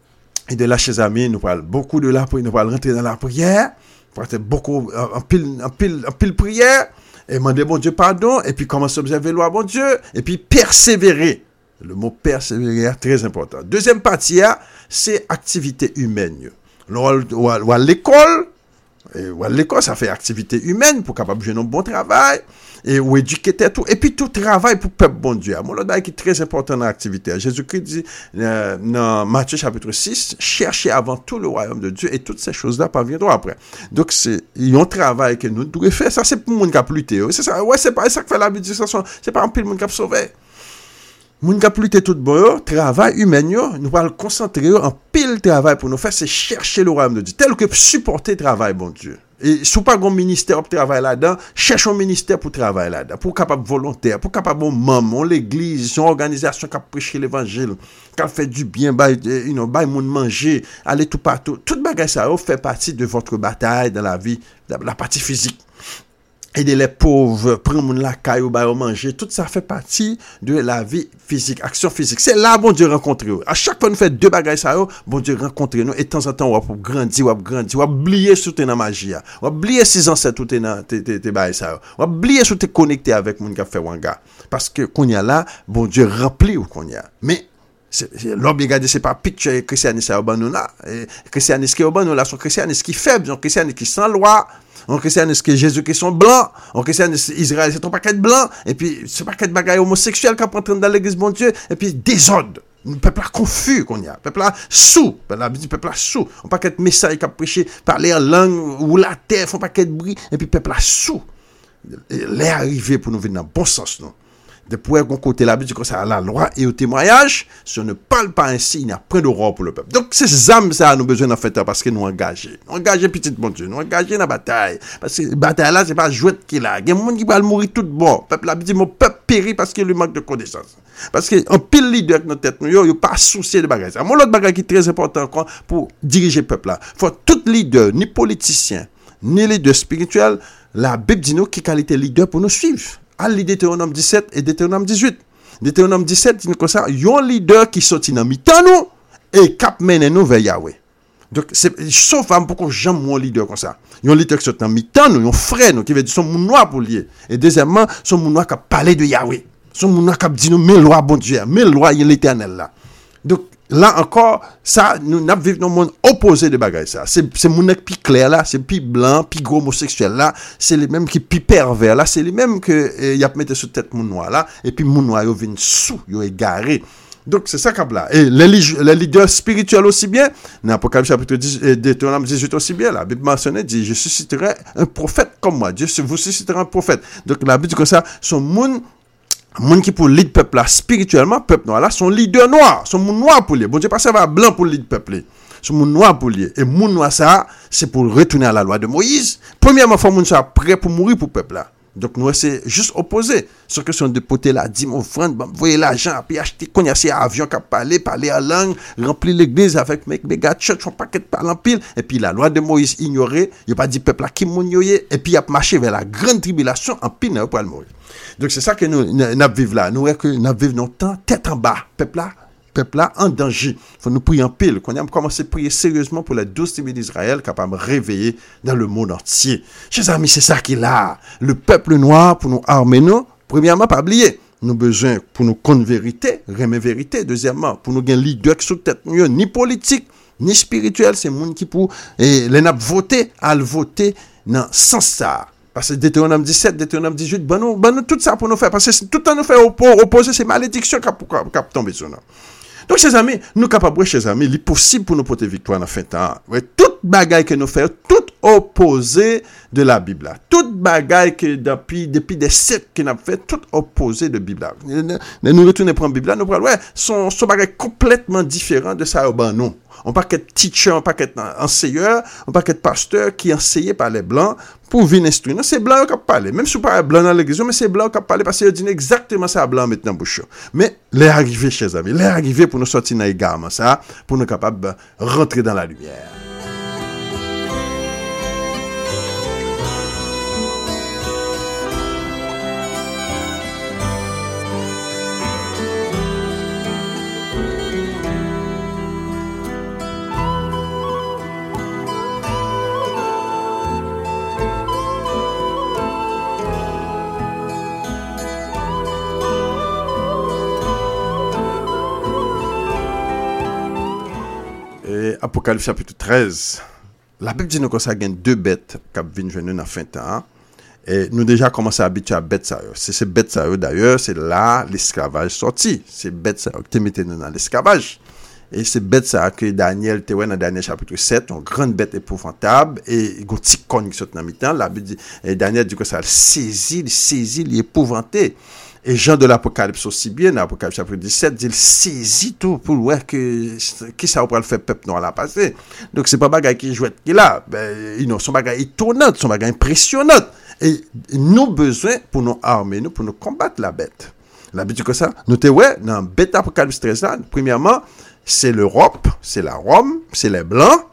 Et de là, chers amis, nous parlons beaucoup de la prière, nous parlons rentrer dans la prière. Nous parlons beaucoup, en pile, en pile, en pile prière. Et demander bon Dieu pardon. Et puis commencer à observer loi bon Dieu. Et puis persévérer. Le mot persévérer est très important. Deuxième partie, c'est activité humaine. Ou à l'école, ou à l'école, ça fait activité humaine pour capable de jouer un bon travail, et ou éduquer tout, et puis tout travail pour peuple bon Dieu. Mon l'autre qui est très important dans l'activité. Jésus-Christ dit euh, dans Matthieu chapitre six, cherchez avant tout le royaume de Dieu, et toutes ces choses-là parviendront après. Donc, c'est un travail que nous devons faire. Ça, c'est pour le monde qui a pluté. C'est ça, ouais, c'est pas ça que fait la Bible. C'est pas un peu le monde qui a sauvé. Moun ka plute tout bon yo, travail humain yo, nous allons concentrer en pile travail pour nous faire, c'est chercher le royaume de Dieu, tel que supporter travail, bon Dieu. Et si pas un ministère pour travailler là-dedans, cherche un ministère pour travailler là-dedans, pour capable volontaire, pour capable membre, l'église, une organisation qui a prêché l'évangile, qui a fait du bien, bah, you know, bah, moun manger, aller tout partout. Toute bagage ça fait partie de votre bataille dans la vie, la partie physique. Aider les pauvres, prendre la caille ou manger, tout ça fait partie de la vie physique, action physique. C'est là, bon Dieu rencontre nous. À chaque fois nous fait deux bagages ça, bon Dieu rencontre nous, et de temps en temps, on va grandir, on va grandir, on va oublier sur tes magie, on va oublier six ancêtres, tout est dans tes bagages ça, on va oublier sur tes connecté avec mon qui a fait wanga. Parce que, qu'on y a là, bon Dieu remplit ou qu'on y a. Mais, l'obligation, c'est pas picture christianisme au banou là. Christianisme qui est au banou là, son christianisme qui faible, son christianisme qui sans loi. On christianisme que Jésus qui sont blancs, on christianisme Israël c'est un paquet de blancs, et puis ce paquet de bagailles homosexuels qui apprennent dans l'église bon Dieu, et puis désordre. Un peuple là confus qu'on y a, peuple là sous, la Bible dit peuple là sous, un paquet de messages qui a prêché, parler en langue ou la terre, font paquet de bruit, et puis peuple là sous. L'air arrivé pour nous venir dans le bon sens, non. De pouvoir qu'on côté la Bible dit que ça la loi et au témoignage, si on ne parle pas ainsi, il n'y a point d'aurore pour le peuple. Donc ces âmes ça nous besoin d'en faire parce que nous engagés. Nous engagés petit bon Dieu, nous engagés dans la bataille parce que la bataille là c'est pas jouet qui là. Il y a des gens qui vont mourir tout bon. Peuple la Bible dit mon peuple périt parce qu'il lui manque de connaissance. Parce que un pile leader avec notre tête nous yo pas soucier de bagages. Mon l'autre bagage qui est très important encore pour diriger peuple là. Faut tout leader, ni politicien, ni leader spirituel, la Bible dit nous qui qualité leader pour nous suivre. À Deutéronome dix-sept et Deutéronome dix-huit. Deutéronome dix-sept dit comme ça, il y a un leader qui sorti dans mi-temps nous et cap mène nous vers Yahweh. Donc c'est sauf pourquoi j'aime mon leader comme ça. Il y a un leader qui sorti dans mi-temps nous, un frère nous qui veut dire son moun noir pour lier. Et deuxièmement, son moun noir qui parler de Yahweh. Son moun noir qui dit nous mes lois bon Dieu, mes lois il l'Éternel là. Donc là encore, ça, nous n'avons vécu dans le monde opposé de bagaille ça. C'est, c'est mon nec plus clair là, c'est plus blanc, plus gros homosexuel là, c'est les mêmes qui plus pervers là, c'est les mêmes que, il y a mis sur tête mon noir là, et puis mon noir, ils viennent sous, ils sont égarés. Donc, c'est ça qu'il là. Et les, les leaders spirituels aussi bien, dans l'Apocalypse chapitre dix, Deutéronome dix-huit aussi bien, la Bible mentionne, dit, je susciterai un prophète comme moi. Dieu vous suscitera un prophète. Donc, la Bible dit comme ça, son monde, moun qui pour lead peuple là spirituellement peuple noir là son leader noir son moun noir pour lui bon Dieu pas ça va blanc pour lead peuple son moun noir pour lui et moun noir ça c'est pour retourner à la loi de Moïse premièrement faut moun soit prêt pour mourir pour peuple là Donc, nous, c'est juste opposé. Sur question de poter là, dit mon frère, vous voyez l'argent, puis acheter, qu'on y a ces avions qui parlent, parler en langue, remplir l'église avec mes méga church, on paquet de parler en pile. Et puis, la loi de Moïse ignorée, il n'y a pas dit peuple là qui mounioye, et puis, il a marché vers la grande tribulation en pile, il pas le mourir. Donc, c'est ça que nous, nous vivons là. Nous, nous vivons dans le temps, tête en bas, peuple là. Peuple là en danger. Il faut nous prier en pile. Qu'on a commencé à prier sérieusement pour les douze tribus d'Israël capables de réveiller dans le monde entier. Chers amis, c'est ça qu'il a. Le peuple noir pour nous armer nous. Premièrement, pas oublier. Nous avons besoin pour nous connaître vérité, remettre vérité. Deuxièmement, pour nous gagner leader sous tête mieux, ni politique, ni spirituel. C'est le monde qui pour, et les n'a voté, à le voter dans sans ça. Parce que Deutéronome dix-sept, Deutéronome dix-huit, ben nous, ben nous, tout ça pour nous faire. Parce que tout le temps nous faire opposer, c'est malédiction qui a tombé sur nous. Donc, chers amis, nous capables, chers amis, il est possible pour nous porter victoire dans la fin de temps. Ouais, toute bagaille que nous faisons, tout opposé de la Bible. Là. Toute bagaille que depuis, depuis des siècles que nous avons fait, tout opposé de la Bible. Là. Nous retournons prendre la Bible, là, nous prenons, ouais, son, son bagaille complètement différent de ça, ben non. On pas qu'être teacher, on pas qu'être enseigneur, on pas qu'être pasteur qui enseigné par les blancs pour venir instruire. Non, c'est blanc qui parle. Même si on parle blanc dans l'église, mais c'est blanc qui parle parce qu'ils disent exactement ça blanc maintenant bouche. Mais les arrivés, chers amis, les arrivés pour nous sortir dans égarement ça, pour nous capables de rentrer dans la lumière. Apocalypse chapitre treize. La Bible dit nous que ça gagne deux bêtes qui viennent venir dans la fin de temps. Et nous déjà commencé à habituer à bêtes ça. C'est ces bêtes ça d'ailleurs, c'est là l'esclavage sorti. C'est bêtes ça qui te mettent dans l'esclavage. Et c'est bête ça que Daniel te dans Daniel chapitre sept, une grande bête épouvantable et une petite conne qui saute dans mi-temps. La Bible dit, et Daniel dit que ça le saisit, il saisit, il est épouvanté. Et Jean de l'Apocalypse aussi bien, dans l'Apocalypse chapitre dix-sept, dit il saisit tout pour voir que qui ça va le faire peuple noir là passer. Donc c'est pas bagay qui jouette qui là, ben you know, son bagay étonnant, son bagay impressionnant. Et nous besoin pour nous armer, nous pour nous combattre la bête. La bête que ça, nous te ouais dans bête Apocalypse treize là, premièrement, c'est l'Europe, c'est la Rome, c'est les blancs.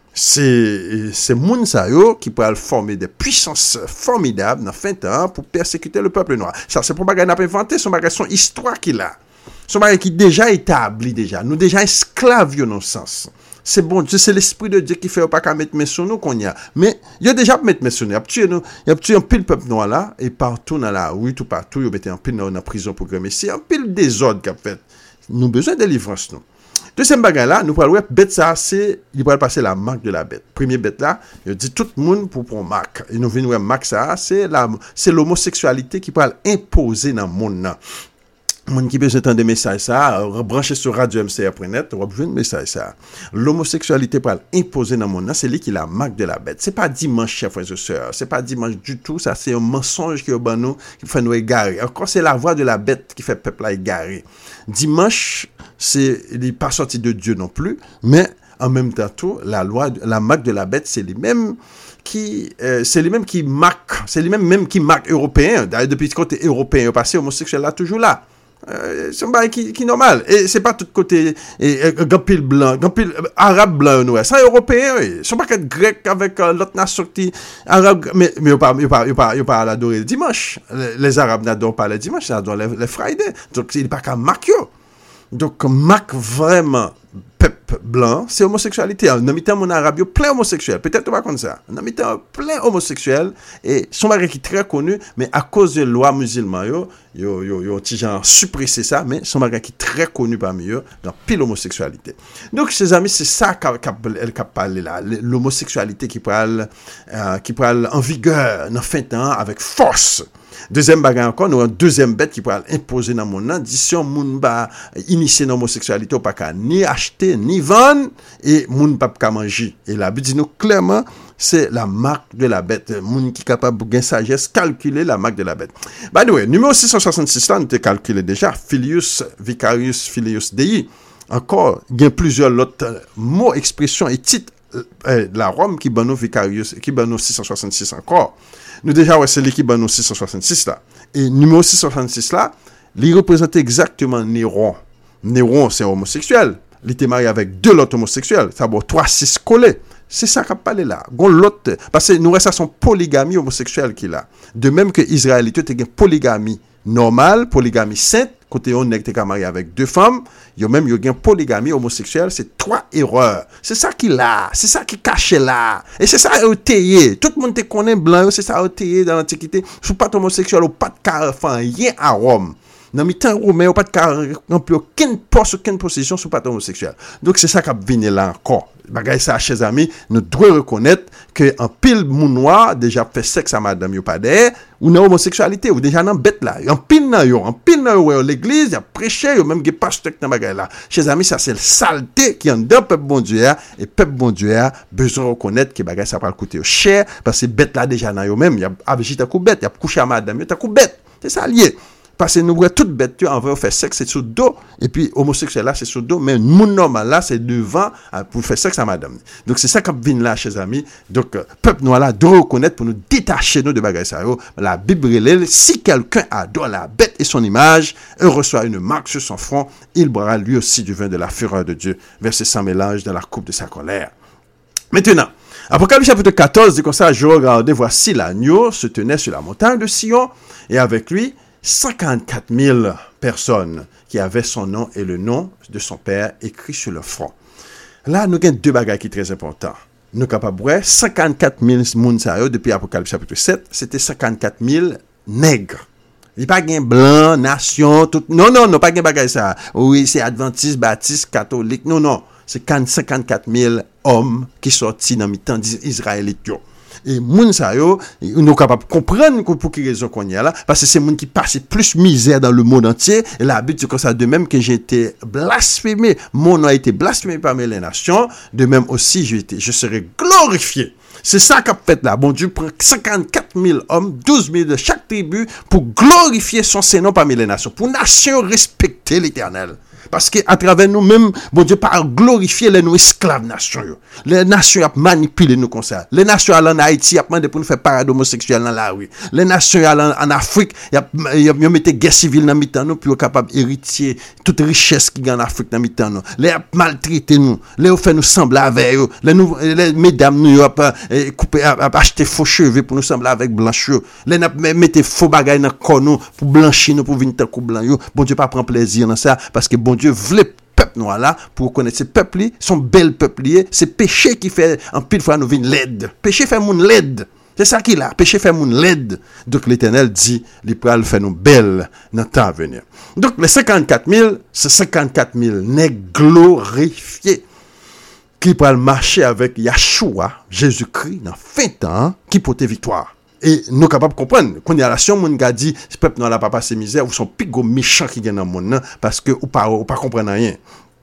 C'est c'est moun sa yo qui peut former des puissances formidables dans fin de temps pour persécuter le peuple noir. Ça c'est pour bagay n'a pas inventé, son bagay son histoire qu'il a. Son bagay qui déjà établi déjà. Nous déjà esclaves yo dans sens. C'est bon, c'est l'esprit de Dieu qui fait pas qu'à mettre mes sur nous qu'on y a. Mais il y a déjà mettre mes sur nous. Il y a tué nous, il y a tué un pile peuple noir là et partout dans la rue tout partout, il mettait un pile dans la prison pour gagner ici, un pile désordre qu'a fait. Nous besoin de délivrance nous. Deuxième bagage là, nous parlons bête ça, c'est il va passer la marque de la bête. Premier bête là, il dit tout le monde pour prendre marque. Et nous venons marque ça, c'est la c'est l'homosexualité qui peut imposer dans le monde là. Moun qui besoin entendre des messages ça, brancher sur radio m c r point net, on va besoin de message ça. L'homosexualité pour imposer dans le monde là, c'est lui qui la marque de la bête. C'est pas dimanche chers frères et sœurs, c'est pas dimanche du tout, ça c'est un mensonge qui est ban nous qui fait nous égarer. Encore c'est la voix de la bête qui fait peuple là égarer. Dimanche, c'est il n'est pas sorti de Dieu non plus, mais en même temps tout, la loi la marque de la bête, c'est les mêmes qui euh, c'est les mêmes qui marquent, c'est les mêmes même qui marquent européens. D'ailleurs depuis le côté européen passé homosexuel là toujours là. Euh, c'est un bail qui qui normal et c'est pas tout côté et gampil blanc gampil arabe blanc ouais ça européen c'est pas que grec avec euh, l'autre nation qui arabe mais mais pas il pas il pas il pas l'adorer le dimanche les, les arabes n'adorent pas le dimanche ils adorent les, les friday donc il pas qu'à marquer donc marque vraiment peuple blanc c'est homosexualité en mi-temps mon arabe plein homosexuel peut-être pas comme ça en mi-temps plein homosexuel et son mari qui est très connu mais à cause de loi musulmane yo yo yo yo ti gens suppressé ça mais son mari qui est très connu parmi eux dans pile homosexualité donc ses amis c'est ça qu'elle qu'a parlé là l'homosexualité qui parle euh, qui parle en vigueur dans fin temps avec force. Deuxième bagage encore, nous avons une deuxième bête qui peut imposer dans mon nom. Dit si on moun ba initier dans l'homosexualité, on pas qu'à ni acheter, ni vendre, et moun pas qu'à manger. Et la Bible dit nous clairement, c'est la marque de la bête. Moun qui capable de gagner sagesse, calculer la marque de la bête. By the way, numéro six cent soixante-six là, nous t'ai calculé déjà, Filius Vicarius Filius Dei. Encore, il y a plusieurs autres mots, expressions et titres euh, la Rome qui ban nous vicarius, qui ban nous six cent soixante-six encore. Nous déjà, ouais, c'est lui qui ban nous six cent soixante-six là. Et numéro six cent soixante-six là, il représente exactement Néron. Néron, c'est un homosexuel. Il était marié avec deux autres homosexuels. Ça va trois six collés. C'est ça qu'a parlé là. Gon l'autre parce que nous reste à son polygamie homosexuelle qu'il a. De même que Israélite était une polygamie normale, polygamie sainte, côté on était marié avec deux femmes, il y a même il y a une polygamie homosexuelle, c'est trois erreurs. C'est ça qu'il a, c'est ça qui caché là. Et c'est ça otayé. Tout le monde te connaît blanc, c'est ça otayé dans l'antiquité. Sous pas homosexuel ou pas de carafan, rien à Rome. Dans le temps romain, on pas de remplir aucune poste, aucune position sous pas homosexuel. Donc c'est ça qui a venu là encore. Bagay ça, chers amis, nous devons reconnaître que en pile moun noir déjà fait sexe à madame yo pas derrière ou dans homosexualité ou déjà dans bête là. En pile nan yo, en pile nan yo l'église, y a prêché, yo même des pasteurs dans bagay là. Chers amis, ça c'est le saleté qui en dedans peuple bon Dieu et peuple bon Dieu a besoin reconnaître que bagay ça va coûter cher parce que bête là déjà dans yo même, y a agité coup bête, y a couché à madame, yo ta coup bête. C'est ça lié. Parce que nous voyons toute bête, on veut faire sexe, c'est sous dos. Et puis, homosexuel là, c'est sous dos. Mais monde normal là, c'est devant pour faire sexe à madame. Donc, c'est ça qui vient là, chers amis. Donc, euh, peuple noir là, doit reconnaître pour nous détacher nous de bagaille ça. La Bible relève, si quelqu'un adore la bête et son image, et reçoit une marque sur son front, il boira lui aussi du vin de la fureur de Dieu, versé sans mélange dans la coupe de sa colère. Maintenant, Apocalypse chapitre quatorze dit comme ça, je regardais, voici l'agneau se tenait sur la montagne de Sion, et avec lui, cinquante-quatre mille personnes qui avaient son nom et le nom de son père écrit sur le front. Là, nous avons deux bagages qui sont très importants. Nous sommes capables de voir cinquante-quatre mille personnes depuis Apocalypse chapitre sept, c'était cinquante-quatre mille nègres. Il n'y a pas de blanc, nation, tout. Non, non, non, pas de bagage ça. Oui, c'est adventiste, baptiste, catholique. Non, non. C'est cinquante-quatre mille hommes qui sont sortis dans le temps d'Israélites. Et moun sa yo, nous capable comprendre pour quelle raison qu'on y a là, parce que c'est moun qui passe plus misère dans le monde entier, et la Bible dit comme ça, de même que j'ai été blasphémé, mon nom a été blasphémé parmi les nations, de même aussi j'ai été, je serai glorifié. C'est ça qu'a fait là. Bon Dieu prend cinquante-quatre mille hommes, douze mille de chaque tribu, pour glorifier son Seigneur parmi les nations, pour nation respecter l'Éternel. Parce que à travers nous-mêmes, bon Dieu pas glorifier les nous esclaves nations. Les nations a manipulé nous comme ça. Les nations en Haïti a demandé pour nous faire parade homosexuelle dans la rue. Les nations en Afrique, y a y a mis guerre civile dans mi-temps nous pour capable héritier toute richesse qui gagne en Afrique dans mi-temps nous. Les a maltraité nous, les fait nous sembler avec eux. Les nous les mesdames nous a couper acheter faux cheveux pour nous sembler avec blanche. Les n'a mettre faux bagaille dans corps nous pour blanchir nous pour venir tant coup blanc yo. Bon Dieu pas prend plaisir dans ça parce que bon Dieu voulait peuple noir là pour connaître ces peuples sont belles peupliers, c'est péché qui fait en pile fois nous vinn laide. Péché fait moun laide. C'est ça qu'il a, péché fait moun laide. Donc l'Éternel dit, il pral faire nous belles dans le temps à venir. Donc les cinquante-quatre mille, c'est cinquante-quatre mille nègres glorifiés qui pral marcher avec Yahshua, Jésus-Christ dans fin temps qui porte victoire. Et nous capables de comprendre qu'on y a la sion moun ga dit ce peuple n'a pas passé misère ou sont plus gros méchants qui gagnent dans le monde parce que ou pas ou pas comprendre rien.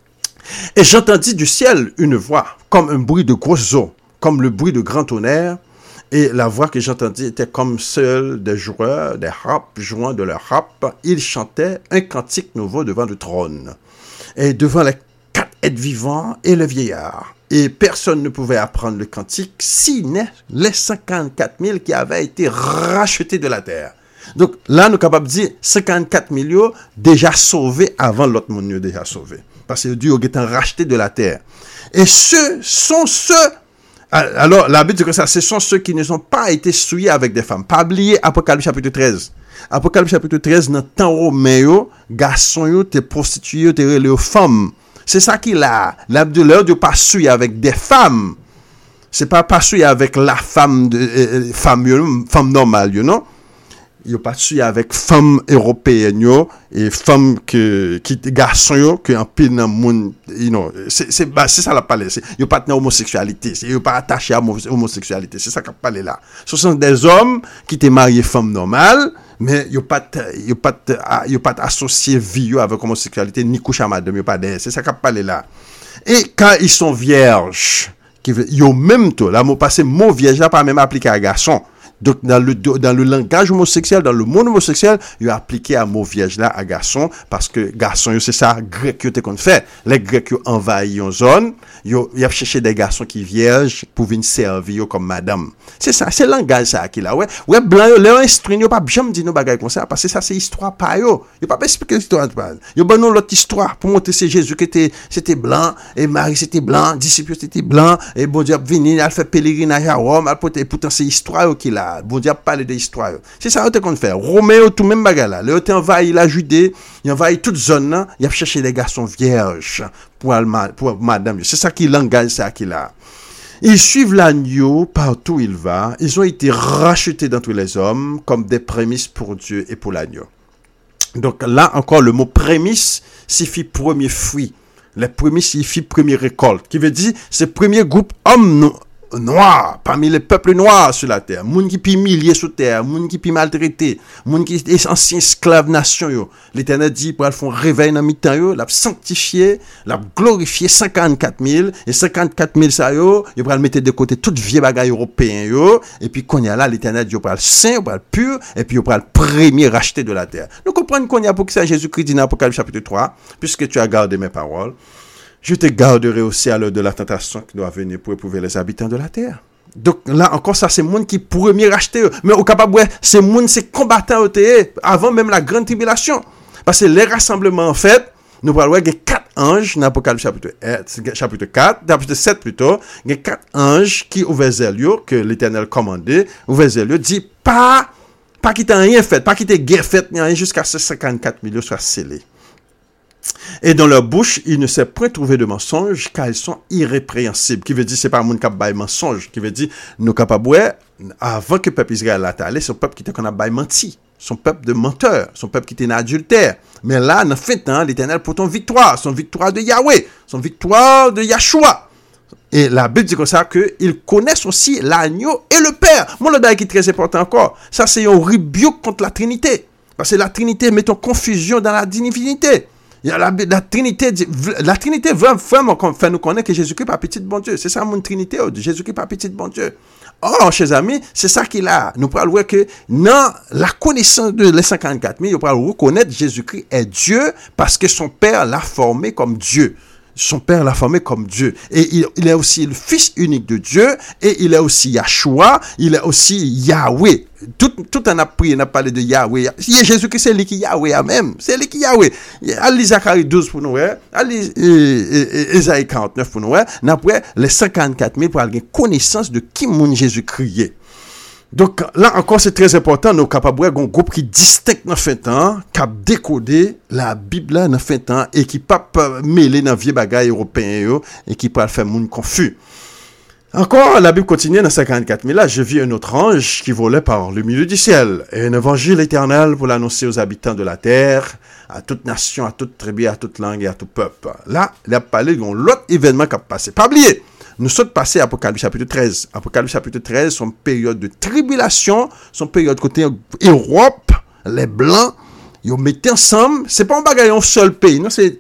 Et j'entendis du ciel une voix comme un bruit de grosses eaux, comme le bruit de grand tonnerre, et la voix que j'entendis était comme celle des joueurs des harpes jouant de leur harpe, ils chantaient un cantique nouveau devant le trône et devant les quatre êtres vivants et le vieillard. Et personne ne pouvait apprendre le cantique, si n'est les cinquante-quatre mille qui avaient été rachetés de la terre. Donc là, nous sommes capables de dire cinquante-quatre millions déjà sauvés avant l'autre monde déjà sauvé. Parce que Dieu est racheté de la terre. Et ceux sont ceux, alors la Bible dit que ça, ce sont ceux qui ne sont pas été souillés avec des femmes. Pas oublier Apocalypse chapitre treize. Apocalypse chapitre treize, dans le temps romain, garçons, te prostitués, te relais femmes. C'est ça qu'il a. L'Abdullah de pas souiller avec des femmes. C'est pas pas souiller avec la femme de euh, femme femme normale, you know. Il pas souiller avec femme européenne yo et femme que qui garçon yo que en pile dans monde, you know. C'est c'est bah, c'est ça la parler. C'est il pas dans homosexualité, c'est il pas attaché à homosexualité. C'est ça qu'a parlé là. Ce sont des hommes qui étaient mariés femme normale. Mais yo pas yo pas yo pas associé vie avec homosexualité ni couche à madame yo pas derrière, c'est ça qu'a parlé là. Et quand ils sont vierges qui yo même tout là mot passé mot vierge là pas même appliqué à garçon. Donc, dans le, dans le langage homosexuel, dans le monde homosexuel, il a appliqué à mot vierge là, à garçon, parce que garçon, c'est ça, grec, qui qu'on fait. Les grecs, ils envahi une zone, ils ont cherché des garçons qui vierges pour venir servir comme madame. C'est ça, c'est le langage ça qui là, ouais. Ouais, blanc, les instruits, ils pas jamais dit nos bagages comme ça, parce que ça, c'est histoire pas yo. Ils pas expliquer l'histoire. Ils ont nous l'autre histoire pour montrer c'est Jésus qui était, c'était blanc, et Marie c'était blanc, disciples c'était blanc, et bon Dieu a venu, il fait pèlerinage à Rome, pourtant c'est histoire qui là. Bon Dieu a parlé de l'histoire. C'est ça qu'on fait. Roméo, tout même bagarre là. Le temps envahi la Judée, il envahi toute zone là, il a cherché des garçons vierges pour, pour madame. C'est ça qui langage ça qu'il a. Ils suivent l'agneau partout où il va. Ils ont été rachetés dans tous les hommes comme des prémices pour Dieu et pour l'agneau. Donc là encore, le mot prémisse signifie premier fruit. Les prémices signifient première récolte. Qui veut dire, c'est premier groupe homme non. Noirs, parmi les peuples noirs sur la terre, moun qui pi milliers sur terre, moun qui pi maltraité, moun qui est ancien esclave nation yo. L'Éternel dit pour faire réveil dans mi-temps yo, l'a sanctifié, l'a glorifié cinquante-quatre mille et cinquante-quatre mille ça yo, yo pour mettre de côté toute vieux bagaille européen yo et puis qu'on y a là l'Éternel dit pour le saint, pour le pur et puis pour le premier racheté de la terre. Nous comprenons qu'on y a pour que ça Jésus-Christ dit dans Apocalypse chapitre trois, puisque tu as gardé mes paroles. Je te garderai aussi à l'heure de la tentation qui doit venir pour éprouver les habitants de la terre. Donc là encore, ça c'est monde qui premier racheter. Mais au capable, ouais, c'est monde, c'est combattant avant même la grande tribulation. Parce que les rassemblements en fait, nous parlons il y a quatre anges dans l'Apocalypse chapitre, chapitre quatre, chapitre sept plutôt. Il y a quatre anges qui ouvrent les yeux, que l'Éternel commandait, ouvrent les yeux, dit pas, pas qu'il t'ait rien fait, pas qu'il t'ait guère fait, rien jusqu'à ce cinquante-quatre mille soient scellés. Et dans leur bouche, il ne s'est point trouvé de mensonge, car ils sont irrépréhensibles. Qui veut dire, c'est pas un monde qui a bail mensonge. Qui veut dire, nous capables, avant que le peuple Israël a allé, c'est un peuple qui était qu'on a bail menti. Son peuple de menteurs. Son peuple qui était un adultère. Mais là, dans fin de temps, l'Éternel pour ton victoire. Son victoire de Yahweh. Son victoire de Yahshua. Et la Bible dit comme ça qu'ils connaissent aussi l'agneau et le Père. Mon le qui est très important encore. Ça, c'est un rebuke contre la Trinité. Parce que la Trinité met en confusion dans la divinité. Il y a la, la Trinité, la Trinité veut vraiment faire nous connaître que Jésus-Christ est petit de bon Dieu. C'est ça mon Trinité, Jésus-Christ est petit de bon Dieu. Or, chers amis, c'est ça qu'il a. Nous pouvons voir que dans la connaissance de les cinquante-quatre mille, nous pouvons reconnaître Jésus-Christ est Dieu parce que son Père l'a formé comme Dieu. Son Père l'a formé comme Dieu. Et il, il est aussi le Fils unique de Dieu. Et il est aussi Yahshua. Il est aussi Yahweh. Tout, tout en a pris, on a parlé de Yahweh. Jésus-Christ, c'est lui qui Yahweh même. C'est lui qui Yahweh. Allez, Zacharie douze pour nous, allez, Ésaïe quarante-neuf pour nous, après les cinquante-quatre mille pour avoir connaissance de qui mon Jésus-Christ est. Donc là encore c'est très important, nous capables un groupe qui distingue dans fin temps, qui a décodé la Bible là dans fin temps et qui pas mêler dans vieux bagages européens et qui pas faire monde confus. Encore la Bible continue dans cinquante-quatre mille là, je vis un autre ange qui volait par le milieu du ciel et un évangile éternel pour l'annoncer aux habitants de la terre, à toute nation, à toute tribu, à toute langue et à tout peuple. Là, il a parlé de l'autre événement qui a passé. Pas oublier. Nous sommes passés à Apocalypse chapitre treize. Apocalypse chapitre treize, son période de tribulation, son période côté Europe, les Blancs, ils mettent ensemble, c'est pas un bagage un seul pays, non, c'est,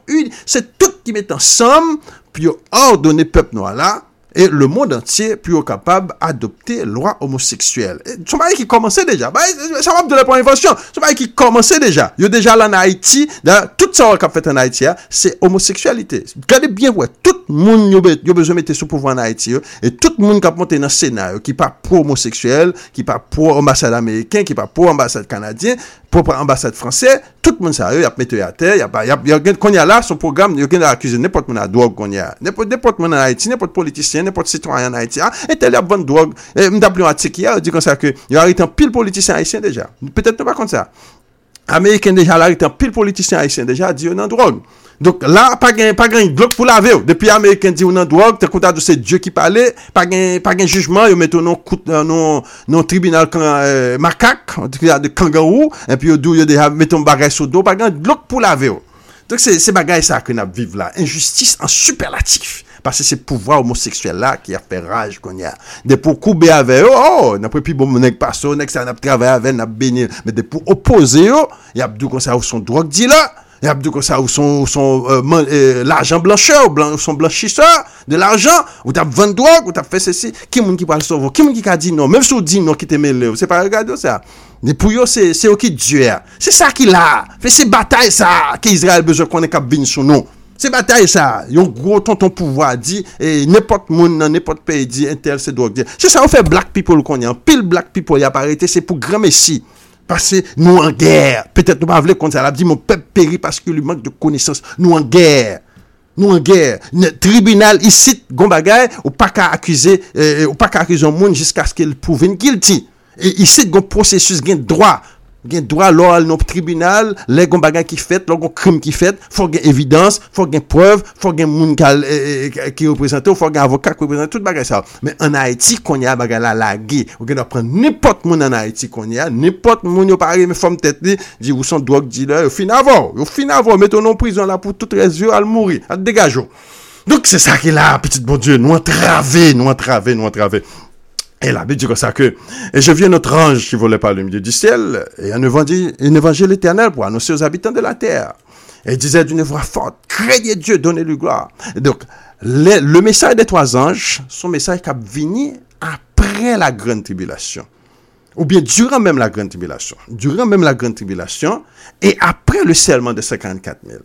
c'est tout qui met ensemble, puis ils ordonné le peuple noir là, et le monde entier, puis ils capable d'adopter loi homosexuelle. C'est un qui commençait déjà. Ça va de la première invention. C'est un qui commençait déjà. Il y a déjà là en Haïti, dans, tout ça qu'on a fait en Haïti, c'est homosexualité. Regardez bien, ouais, tout le monde a besoin de mettre sous pouvoir en Haïti, et tout le monde qui a monté dans le Sénat, qui n'est pas pro-homosexuel, qui n'est pas pro-ambassade américaine, qui n'est pas pro-ambassade canadienne, pro-ambassade française, tout le monde sérieux, il y a mis à terre, il y a, il y a, il y a, qu'on y a là, son programme, il y a accusé n'importe monde à drogue qu'on y a, n'importe, n'importe monde en Haïti, n'importe politicien, n'importe citoyen en Haïti, hein, et tel y a bonne drogue, et m'appelons à Tiki, on dit comme ça que, il y a arrêté un pile politicien haïtien déjà. Peut-être pas comme ça. Américain déjà, il a arrêté un pile politicien haïtien déjà, dit on en drogue. Donc là, pas gain, pas gain glock pour laver. Depuis Américain dit on en drogue, t'es content de c'est Dieu qui parlait, pas gain, pas gain jugement, ils mettent non non non tribunal quand euh, macaque, de kangourou, et puis d'où il déjà mettent un bagage sur dos, pas gain glock pour laver. Donc c'est c'est bagage ça que nous vivons là, injustice en superlatif. Parce que c'est le pouvoir homosexuel là qui a fait rage qu'on y a. Des pour couper avec eux, oh, n'a pas pu bon mon pas ça, n'a ça n'a travaillé avec n'a béni, mais des pour opposer eux, il y a deux comme ça son drogue dit là. Et a dit comme ça, ou son, son, euh, man, euh, l'argent blancheur, ou blanc, son blanchisseur de l'argent, ou t'as vendu drogue, ou t'as fait ceci. Qui moun qui parle sauver? Qui moun qui a dit non? Même si on dit non, qui te mêle, c'est pas regarder ça. Mais pour eux, c'est, c'est qui Dieu. C'est ça qu'il a. Fait ces batailles, ça, qu'Israël besoin qu'on ait qu'à venir sur nous. C'est bataille ça, yon gros tonton pouvoir dit et n'importe monde dans n'importe pays dit intel c'est drogue. C'est ça on fait black people qu'on y a, pile black people y a pas arrêté, c'est pour grand messie. Parce que nous en guerre, peut-être nous pas vle comme ça, l'a dit mon peuple périt parce que lui manque de connaissances. Nous en guerre. Nous en guerre. Le tribunal ici gon bagay ou pas qu'à accuser euh, ou pas qu'à accuser un monde jusqu'à ce qu'il prouve guilty. Et ici gon processus gain droit. Gen droit lors dans tribunal les gon bagay qui fait lors gon crime qui fait faut gen évidence faut gen preuve faut gen moun qui représente faut gen avocat qui représente tout bagay ça mais en Haïti qu'on y a bagay la lagué ou gen prendre n'importe moun en Haïti qu'on y a n'importe moun yo paré mais forme tête li dit ou son drogue dealer yo fin avant yo fin avant mettons en prison là pour toute raison à mourir à dégager donc c'est ça qui là petit bon Dieu nous entraver nous entraver nous entraver. Et la Bible dit comme ça que, et je vis notre ange qui volait par le milieu du ciel, et un évangile, un évangile éternel pour annoncer aux habitants de la terre. Et il disait d'une voix forte, craignez Dieu, donnez-lui gloire. Et donc, le, le message des trois anges, son message qui a venu après la grande tribulation. Ou bien durant même la grande tribulation. Durant même la grande tribulation, et après le scellement de cinquante-quatre mille.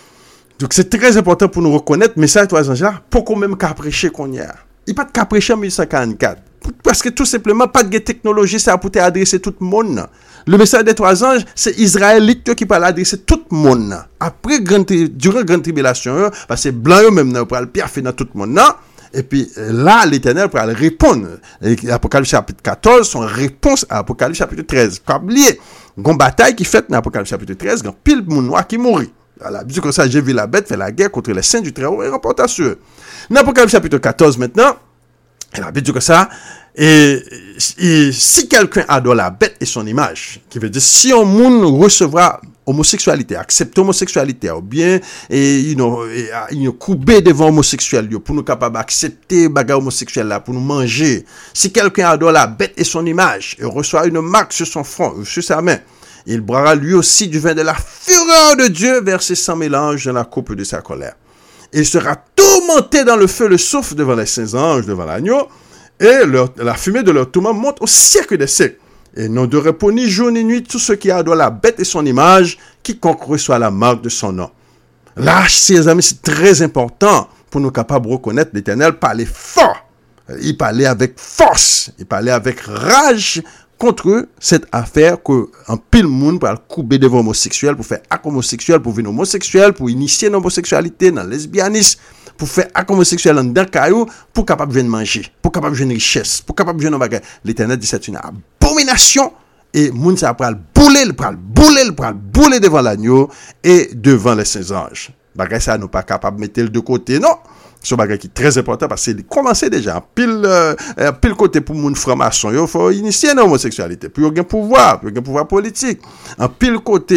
Donc, c'est très important pour nous reconnaître le message des trois anges là, pour qu'on même qu'à prêcher qu'on y a. Il n'y a pas de qu'à prêcher en mille neuf cent quarante-quatre. Parce que tout simplement, pas de technologie, ça a pour adresser tout le monde. Le message des trois anges, c'est Israélite qui peut adresser tout le monde. Après, grande, durant la grande tribulation, parce que blanc, même, pour le pire fait dans tout le monde. Non? Et puis là, l'Éternel pour répondre. L'Apocalypse chapitre quatorze, son réponse à l'Apocalypse chapitre treize. Pas oublier, il y a une bataille qui fait dans l'Apocalypse chapitre treize, il y a pile de monde noir qui mourit. Voilà, vu comme ça, j'ai vu la bête faire la guerre contre les saints du Très-Haut et remporta sur eux. Dans l'Apocalypse chapitre quatorze maintenant, elle a dit que ça, et, et si quelqu'un adore la bête et son image, qui veut dire si un monde recevra homosexualité, accepte homosexualité, ou bien, et, you know, et, you know, couper devant homosexuel, pour nous capables d'accepter bagarre homosexuel là, pour nous manger. Si quelqu'un adore la bête et son image, et reçoit une marque sur son front, ou sur sa main, il boira lui aussi du vin de la fureur de Dieu, versé sans mélange dans la coupe de sa colère. Il sera tourmenté dans le feu, le souffle devant les saints anges, devant l'agneau, et leur, la fumée de leur tourment monte au siècle des siècles. Et n'ont de repos ni jour ni nuit tous ceux qui adorent la bête et son image, quiconque reçoit la marque de son nom. Là, chers amis, c'est très important pour nous capables de reconnaître l'Éternel parler fort. Il parlait avec force, il parlait avec rage contre cette affaire que un pile monde pour couper devant homosexuel, pour faire acte homosexuel, pour venir homosexuel, pour initier l'homosexualité, dans le lesbianisme, pour faire acte homosexuel dans le caillou, pour capable de manger, pour capable de richesse, pour capable de un bagage. L'Éternel dit c'est une abomination et monde ça pral bouler, le pral bouler, le pral bouler devant l'agneau et devant les saints anges. Bagage ça nous pas capable de mettre le de côté, non. C'est un bagage qui est très important parce qu'il commençait déjà pile euh, pile côté pour moun franc-maçon, il faut initier l'homosexualité, puis il y a un pouvoir, puis il y a un pouvoir politique. En pile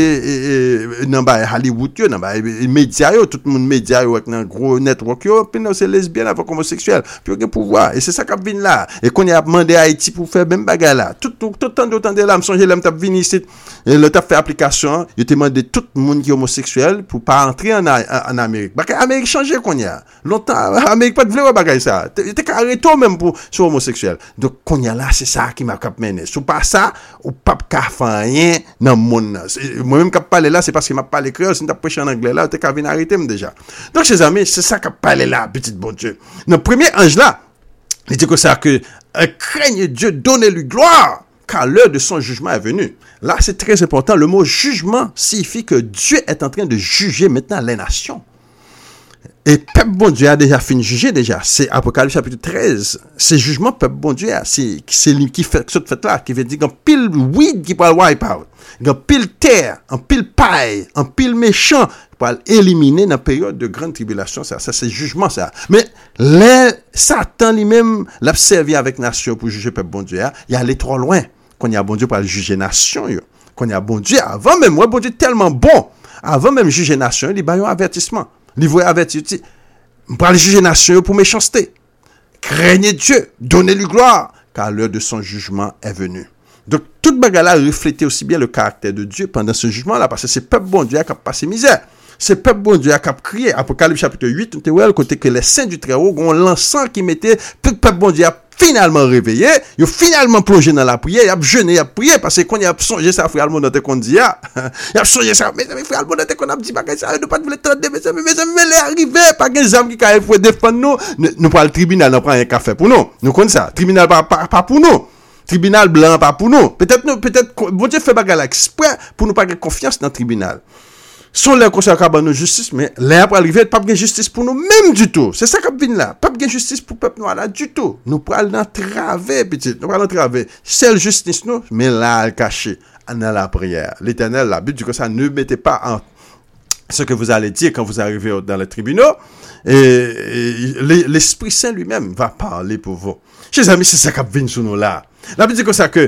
côté dans ba Hollywood, dans ba médias, tout le monde médias avec un gros network, puis c'est lesbienne avec homosexuel, puis il y a un pouvoir et c'est ça qui vient là. Et qu'on a demandé à Haïti pour faire même bagage là. Tout tout tout temps d'autant de là, me songer là, me t'a vinn ici, le t'a fait application, il te demandé tout le monde qui est homosexuel pour pas entrer en en Amérique. Parce que Amérique changé qu'on y a. Longtemps Amérique pas de vouloir bagaille ça. T'es arrêté même pour sur homosexuel. Donc qu'on y a là c'est ça qui m'a cap mené. Sous pas ça ou pas ka rien dans monde. Moi même qui parler là c'est parce que m'a parlé créole, si t'as prêché en anglais là, t'es qu'à venir arrêter déjà. Donc chers amis, c'est ça qui parler là, petit bon Dieu. Le premier ange là, il dit que ça que craignez Dieu, donnez-lui gloire car l'heure de son jugement est venue. Là, c'est très important. Le mot jugement signifie que Dieu est en train de juger maintenant les nations. Et peuple bon Dieu a déjà fini de juger déjà. C'est Apocalypse chapitre treize. C'est jugement peuple bon Dieu. C'est, c'est lui qui fait ce fait là, qui veut dire qu'un pile weed qui peut wipe out. Un pile terre, un pile paille, un pile méchant pour éliminer dans la période de grande tribulation. Ça, ça c'est jugement ça. Mais les Satan lui-même l'a servi avec nation pour juger peuple bon Dieu. Il y a allé trop loin. Qu'on y a bon Dieu pour juger nation. Qu'on y a bon Dieu avant même. Moi bon Dieu tellement bon. Avant même juger nation, il y a un avertissement. Il voit avertir, pour aller juger nation pour méchanceté. Craignez Dieu, donnez-lui gloire, car l'heure de son jugement est venue. Donc, toute bagarre là reflétait aussi bien le caractère de Dieu pendant ce jugement-là, parce que c'est peuple bon Dieu qui a passé misère. C'est peuple bon Dieu qui a crié. Apocalypse chapitre huit, on voit le côté que les saints du Très-Haut ont l'encens qui mettait, tout peuple bon Dieu a finalement réveillé, ils ont finalement plongé dans la prière, ils ont jeûné, ils ont prié, parce que quand ils ont songé ça, frère Almon, qu'on dit, ils ont songé ça, mais frère Almon, qu'on a dit, ça, nous pas de tenter, mes amis, mes amis, mais les arrivés, pas des hommes qui peuvent défendre nous, nous pas le tribunal, on prend un café pour nous, nous connaissons ça, tribunal pas, pas, pas pour nous. Tribunal blanc pas pour nous. Peut-être nous, peut-être, bon Dieu fait bagarre exprès pour nous pas avoir confiance dans le tribunal. Sont les conseils qui nos justice, mais là pour arriver, pas de justice pour nous même du tout. C'est ça qui vient là. Pas de justice pour le peuple noir là du tout. Nous prenons entraver, petit. Nous prenons entraver. Seule justice nous, mais là, caché dans la prière. L'Éternel, la Bible dit que ça ne mettez pas en ce que vous allez dire quand vous arrivez dans les tribunaux. Et, et l'Esprit Saint lui-même va parler pour vous. Chers amis, c'est ça qui vient sur nous là. La Bible dit que ça que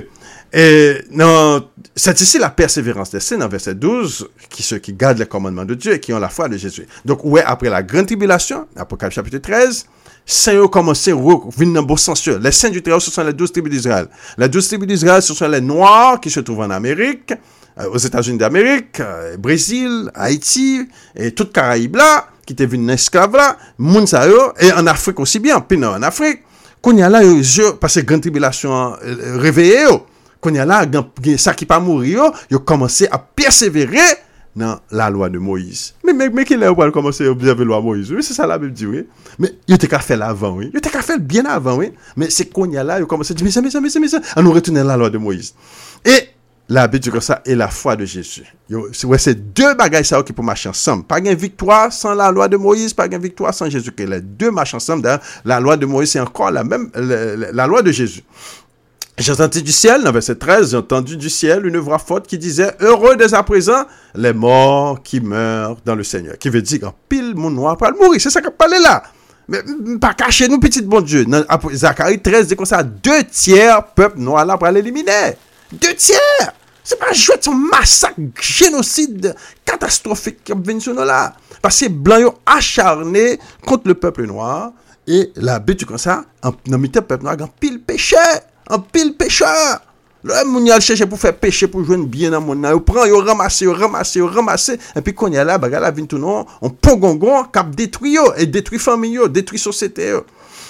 et non, c'est ici la persévérance des saints, dans verset douze, qui ceux qui gardent les commandements de Dieu et qui ont la foi de Jésus. Donc, ouais, après la grande tribulation, Apocalypse chapitre treize, saints ont commencé à venir dans le beau sens. Les saints du Très-Haut, ce sont les douze tribus d'Israël. Les douze tribus d'Israël, ce sont les Noirs qui se trouvent en Amérique, euh, aux États-Unis d'Amérique, euh, Brésil, Haïti, et toute Caraïbe là, qui étaient venus esclaves là, Mounsayo, et en Afrique aussi bien, puis non, en Afrique, qu'on y a là, parce que grande tribulation euh, réveillée, qu'on y a là, ça qui pas mourir, ils ont commencé à persévérer dans la loi de Moïse. Mais, mais, mais qu'il a commencé à observer la loi de Moïse, oui, c'est ça la Bible dit, oui. Mais il était qu'à faire l'avant, oui. Il était qu'à faire bien avant, oui. Mais c'est qu'on y a là, ils ont commencé à dire, mais ça, mais ça, mais ça, mais ça, à nous retourner la loi de Moïse. Et la Bible dit que ça est la foi de Jésus. Ouais, c'est deux bagages ça qui pour marcher ensemble. Pas de victoire sans la loi de Moïse, pas de victoire sans Jésus. Les deux marchent ensemble. D'ailleurs, la loi de Moïse, c'est encore la même, la, la, la loi de Jésus. J'ai entendu du ciel, dans verset treize, j'ai entendu du ciel une voix forte qui disait « Heureux dès à présent les morts qui meurent dans le Seigneur. » Qui veut dire qu'en pile, mon noir pas le mourir. C'est ça qu'on parle là. Mais pas cacher nous, petit bon Dieu. Dans Zacharie treize dit comme ça, deux tiers peuple noir là pour l'éliminer. Deux tiers. C'est pas jouer son massacre, génocide catastrophique qui vient sur nous là. Parce que les blancs ont acharné contre le peuple noir. Et la Bible comme ça, en le peuple noir, en pile péché. En pile pécheur. Le moun yal cherche pour faire péché pour jouer bien dans mon âme. Il prend, il ramasse, il ramasse, il ramasse. Et puis quand il y a là, bagarre la vient tout non, on pogongon cap détruit et détruit famille, détruit société.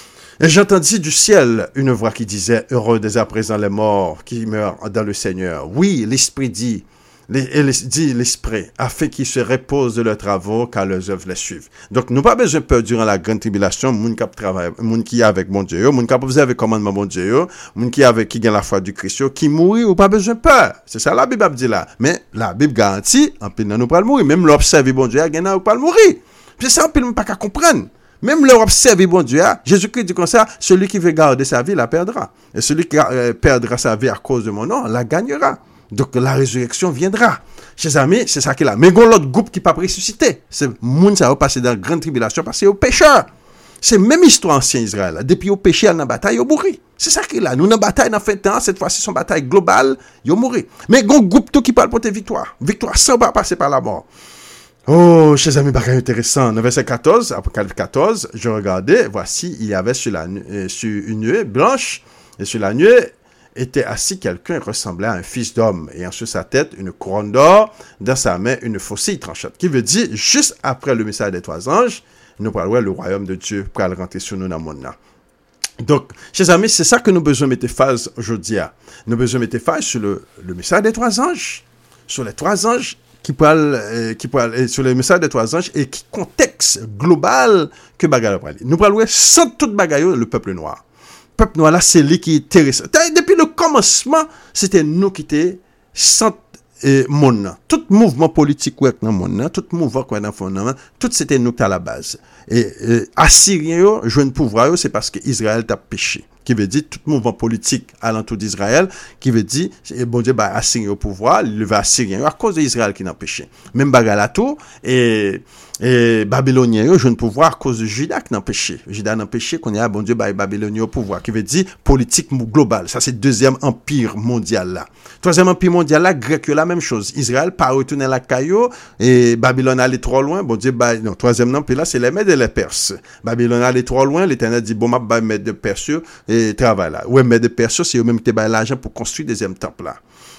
Et j'entendis du ciel une voix qui disait heureux dès à présent les morts qui meurent dans le Seigneur. Oui, l'esprit dit Et dit l'esprit, afin qu'ils se reposent de leurs travaux, car leurs œuvres les suivent. Donc, nous pas besoin de peur durant la grande tribulation, moun qui travaille, moun qui est avec mon Dieu, moun qui a posé avec commandement mon Dieu, moun qui avec qui gagne la foi du Christ, qui mourit ou pas besoin de peur. C'est ça la Bible dit là. Mais la Bible garantit, en pile nous pas le mourir. Même l'observer bon Dieu, gagne ou pas le mourir. C'est ça en pile pas qu'à comprendre. Même l'observer bon Dieu, Jésus-Christ dit comme ça, celui qui veut garder sa vie la perdra. Et celui qui euh, perdra sa vie à cause de mon nom, la gagnera. Donc la résurrection viendra. Chers amis, c'est ça qu'il a. Mais il y a l'autre groupe qui n'a pas ressuscité. C'est moun ça va passer dans la grande tribulation parce que c'est au pécheur. C'est même histoire ancien Israël. Depuis au péché, dans la bataille, il a mouru. C'est ça qu'il a. Nous, dans la bataille, dans fin de temps, cette fois-ci, son bataille globale, il a mouru. Mais il y a un groupe tout qui parle pour tes victoires. Victoire sans pas passer par la mort. Oh, chers amis, bagage intéressant. Dans verset quatorze, Apocalypse quatorze, je regardais, voici, il y avait sur, la, euh, sur une nuée blanche, et sur la nuée, était assis quelqu'un ressemblait à un fils d'homme, ayant sur sa tête une couronne d'or, dans sa main une faucille tranchante. Qui veut dire, juste après le message des trois anges, nous parlons le royaume de Dieu pour aller rentrer sur nous dans le monde. Donc, chers amis, c'est ça que nous besoin de mettre phase aujourd'hui. Nous besoin de mettre phase sur le, le message des trois anges, sur les trois anges qui parlent, euh, qui parlent sur le message des trois anges et qui contexte global que bagarre parler. Nous parlons sans toute bagarre le peuple noir. Le peuple noir là, c'est lui qui est intéressant. Depuis le commencement, c'était nous qui étions sans euh, monde. Tout mouvement politique ouais dans monde, tout mouvement quoi dans fondement, tout c'était nous qui à la base. Et euh, Assyrien yo joine pouvoir c'est parce que Israël t'a péché. Qui veut dire tout mouvement politique alentour d'Israël, qui veut dire bon Dieu bah Assyrien au pouvoir, il va Assyrien à cause d'Israël qui n'a péché. Même bagalato et et Babylonien yo joine pouvoir à cause de Juda qui n'a péché. Juda n'a péché qu'on y a bon Dieu bah Babylonien au pouvoir, qui veut dire politique globale. Ça c'est deuxième empire mondial là. Troisième empire mondial là, grec la même chose. Israël pas retourner la caillou et Babylone allait trop loin. Bon Dieu bah non, troisième empire là, c'est les Mèdes et les Perses. Babylone allait trop loin, l'Éternel dit bon m'a bah mettre de Perse et travail là. Ouais, mais de Perse, c'est eux-mêmes qui te baillent l'argent pour construire deuxième temple là.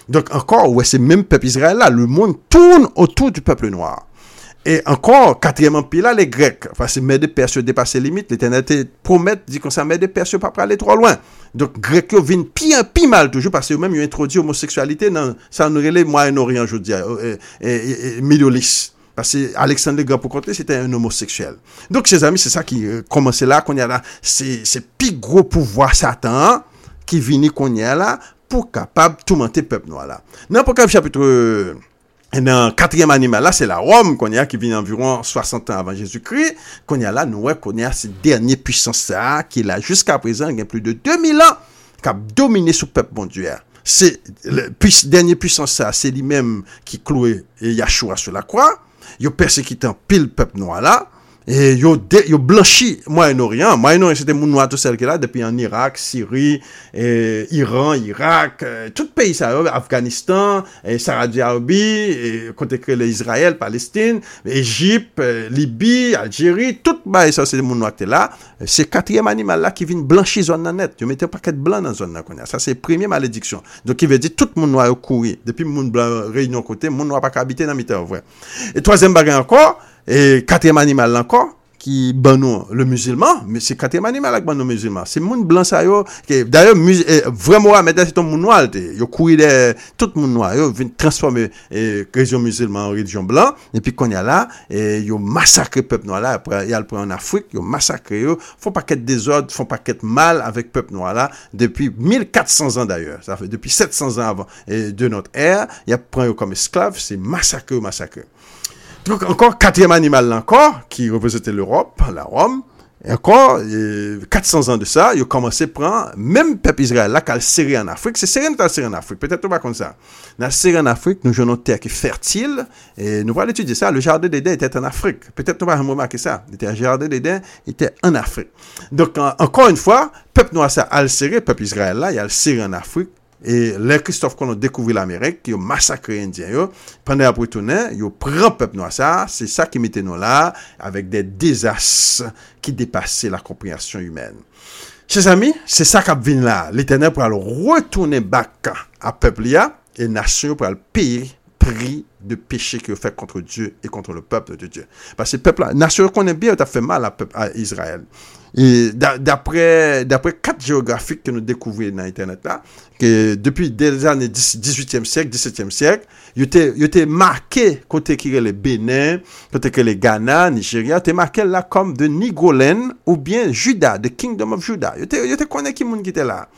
Donc encore, ouais, c'est même peuple Israël là, le monde tourne autour du peuple noir. Et encore, quatrième empire là, les Grecs, parce que mais des Perses dépassent les limites, l'Éternel promet, dit qu'on ça, mais des Perses pas aller trop loin. Donc, Grecs viennent pire, pire mal toujours, parce que eux-mêmes, ils ont introduit l'homosexualité dans, ça nous relève Moyen-Orient, je veux dire, et, et, et Middle East. Parce que Alexandre le Grand, pour compter, c'était un homosexuel. Donc, chers amis, c'est ça qui euh, commence là, qu'on y a là, c'est, c'est plus gros pouvoir Satan, qui vient qu'on y a là, pour capable de tourmenter le peuple noir là. Dans l'Apocalypse chapitre, euh, dans le quatrième animal là, c'est la Rome qu'on y a, qui vient environ soixante ans avant Jésus-Christ, qu'on y a là, nous, ouais, qu'on y a cette dernière puissance là, qui est là, jusqu'à présent, il y a plus de deux mille ans, qui a dominé sur le peuple mondial. C'est, le puis, dernier puissance ça, c'est lui-même qui clouait Yahshua sur la croix. Il a persécuté pile le peuple noir là. Et il a blanchi Moyen-Orient. Moyen-Orient, c'était mon noir tout seul qui est là, depuis en Irak, Syrie, et Iran, Irak, euh, tout pays, ça, Afghanistan, et Saudi Arabie, côté que l'Israël, Palestine, Égypte, euh, Libye, Algérie, tout pays, ça, c'est mon noir qui est là. C'est le quatrième animal là qui vient blanchir zone net. Il mettait un paquet de blanc dans zone là. Ça, c'est la première malédiction. Donc, il veut dire tout le monde noir a couru. Depuis le monde blanc réunion côté, le monde noir n'a pas habiter dans le temps, vrai. Et troisième bagarre encore, et quatrième animal encore, qui ban nous le musulman, mais c'est quatrième animal qui ban nous musulman. C'est monde blanc ça yo, qui d'ailleurs mus, eh, vraiment Mohamed c'est un monde noir, yo courir de tout monde noir, yo vient transformer eh, religion musulmane en religion blanc et puis qu'on y a là et yo massacre peuple noir là, après il y a le point en Afrique, yo massacre yo, font paquet de désordre, font paquet de mal avec peuple noir là depuis mille quatre cents ans d'ailleurs. Ça fait depuis sept cents ans avant eh, de notre ère, il y a pris comme esclaves, c'est massacre massacre. Donc, encore, quatrième animal, là, encore, qui représentait l'Europe, la Rome. Et encore, et quatre cents ans de ça, ils ont commencé à prendre, même peuple Israël, là, qui a serré en Afrique. C'est serré, nous serré en Afrique. Peut-être on va comme ça. Dans serré en Afrique, nous avons une terre qui est fertile. Et nous allons étudier ça. Le jardin d'Éden était en Afrique. Peut-être on va remarquer ça. Le jardin d'Éden était en Afrique. Donc, en, encore une fois, peuple noir, ça a serré, peuple Israël, là, il a serré en Afrique. Et les Christophe qu'on a découvert l'Amérique, ils ont massacré les Indiens, yo. Pendant après tourner, ils ont pris le peuple noir, ça, c'est ça qui mettait nous là, avec des désastres qui dépassaient la compréhension humaine. Chers amis, c'est ça qui vient là. L'Éternel pour retourner back à peuple là, et nation pour le payer prix de péché qu'il a fait contre Dieu et contre le peuple de Dieu. Parce que le peuple là, nation qu'on aime bien, il a fait mal à, peuple, à Israël. Et d'après, d'après quatre géographiques que nous découvrons dans Internet là, que depuis des années dix-huitième siècle, dix-septième siècle, il était, il était marqué côté qui est le Bénin, côté que le Ghana, Nigeria, il était marqué là comme de Nigolène ou bien Juda, the Kingdom of Judah. Il était, il était connu qui monde qui était là.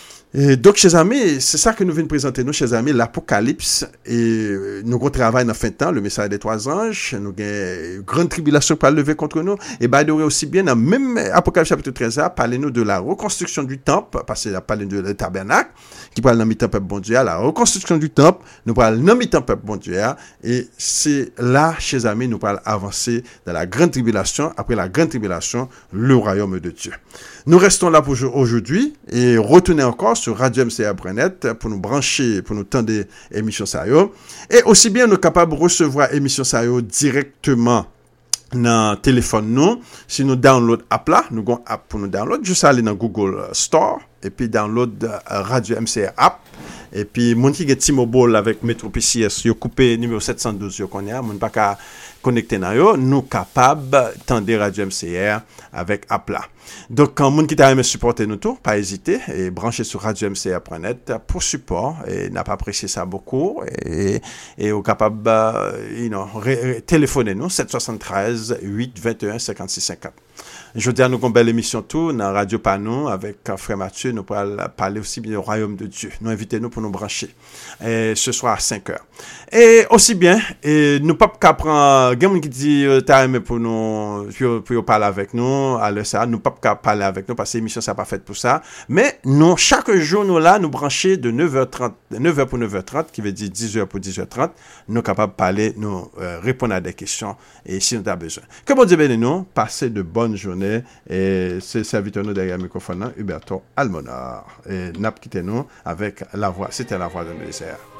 Et donc, chers amis, c'est ça que nous venons présenter, nous, chers amis, l'Apocalypse. Et nous travaillons dans fin de temps, le message des trois anges. Nous avons une grande tribulation pour lever contre nous. Et by the way, aussi bien, dans même Apocalypse chapitre treize, parlez-nous de la reconstruction du temple, parce qu'il a parlé de le tabernacle, qui parle dans le mi-temps peuple bon Dieu, la reconstruction du temple, nous parlons dans le mi-temps peuple bon Dieu. Et c'est là, chers amis, nous parlons avancer dans la grande tribulation. Après la grande tribulation, le royaume de Dieu. Nous restons là pour aujourd'hui et retournez encore sur radio m c a point net pour nous brancher, pour nous tendre émission Sayo. Et aussi bien, nous sommes capables de recevoir émission Sayo directement dans le téléphone nous. Si nous download app là, nous avons app pour nous download. Juste aller dans Google Store et puis download Radio M C A app. Et puis, mon qui est T-Mobile avec Metro P C S, yo coupé numéro sept cent douze, yo connaît, mon pas qu'à connecter na yo, nous capables tendre Radio M C R avec app là. Donc, quand moun qui t'a aimé supporter nous tout, pas hésiter et brancher sur radio m c a point net pour support et n'a pas apprécié ça beaucoup et et au capable you know, téléphoner nous sept cent soixante-treize huit vingt et un cinquante-six cinquante. Je dis à nous une belle émission tout dans Radio Panou avec frère Mathieu, nous pourrons parler aussi bien du royaume de Dieu. Nous invitez-nous pour nous brancher et ce soir à cinq heures. Et aussi bien, et nous pas qu'à prendre quelqu'un qui dit t'as aimé pour nous pour, pour parler avec nous, à l'heure ça, nous pas qu'à parler avec nous parce que l'émission ça pas faite pour ça, mais nous chaque jour nous là nous brancher de neuf heures trente, neuf heures pour neuf heures trente qui veut dire dix heures pour dix heures trente, nous capables de parler, nous euh, répondre à des questions et si nous avons besoin. Que bon Dieu bénisse nous, passez de bonnes journées. Et c'est serviteur nous derrière le microphone, Huberto Almonar. Et n'a pas quitté nous avec la voix, c'était la voix de Mélisère.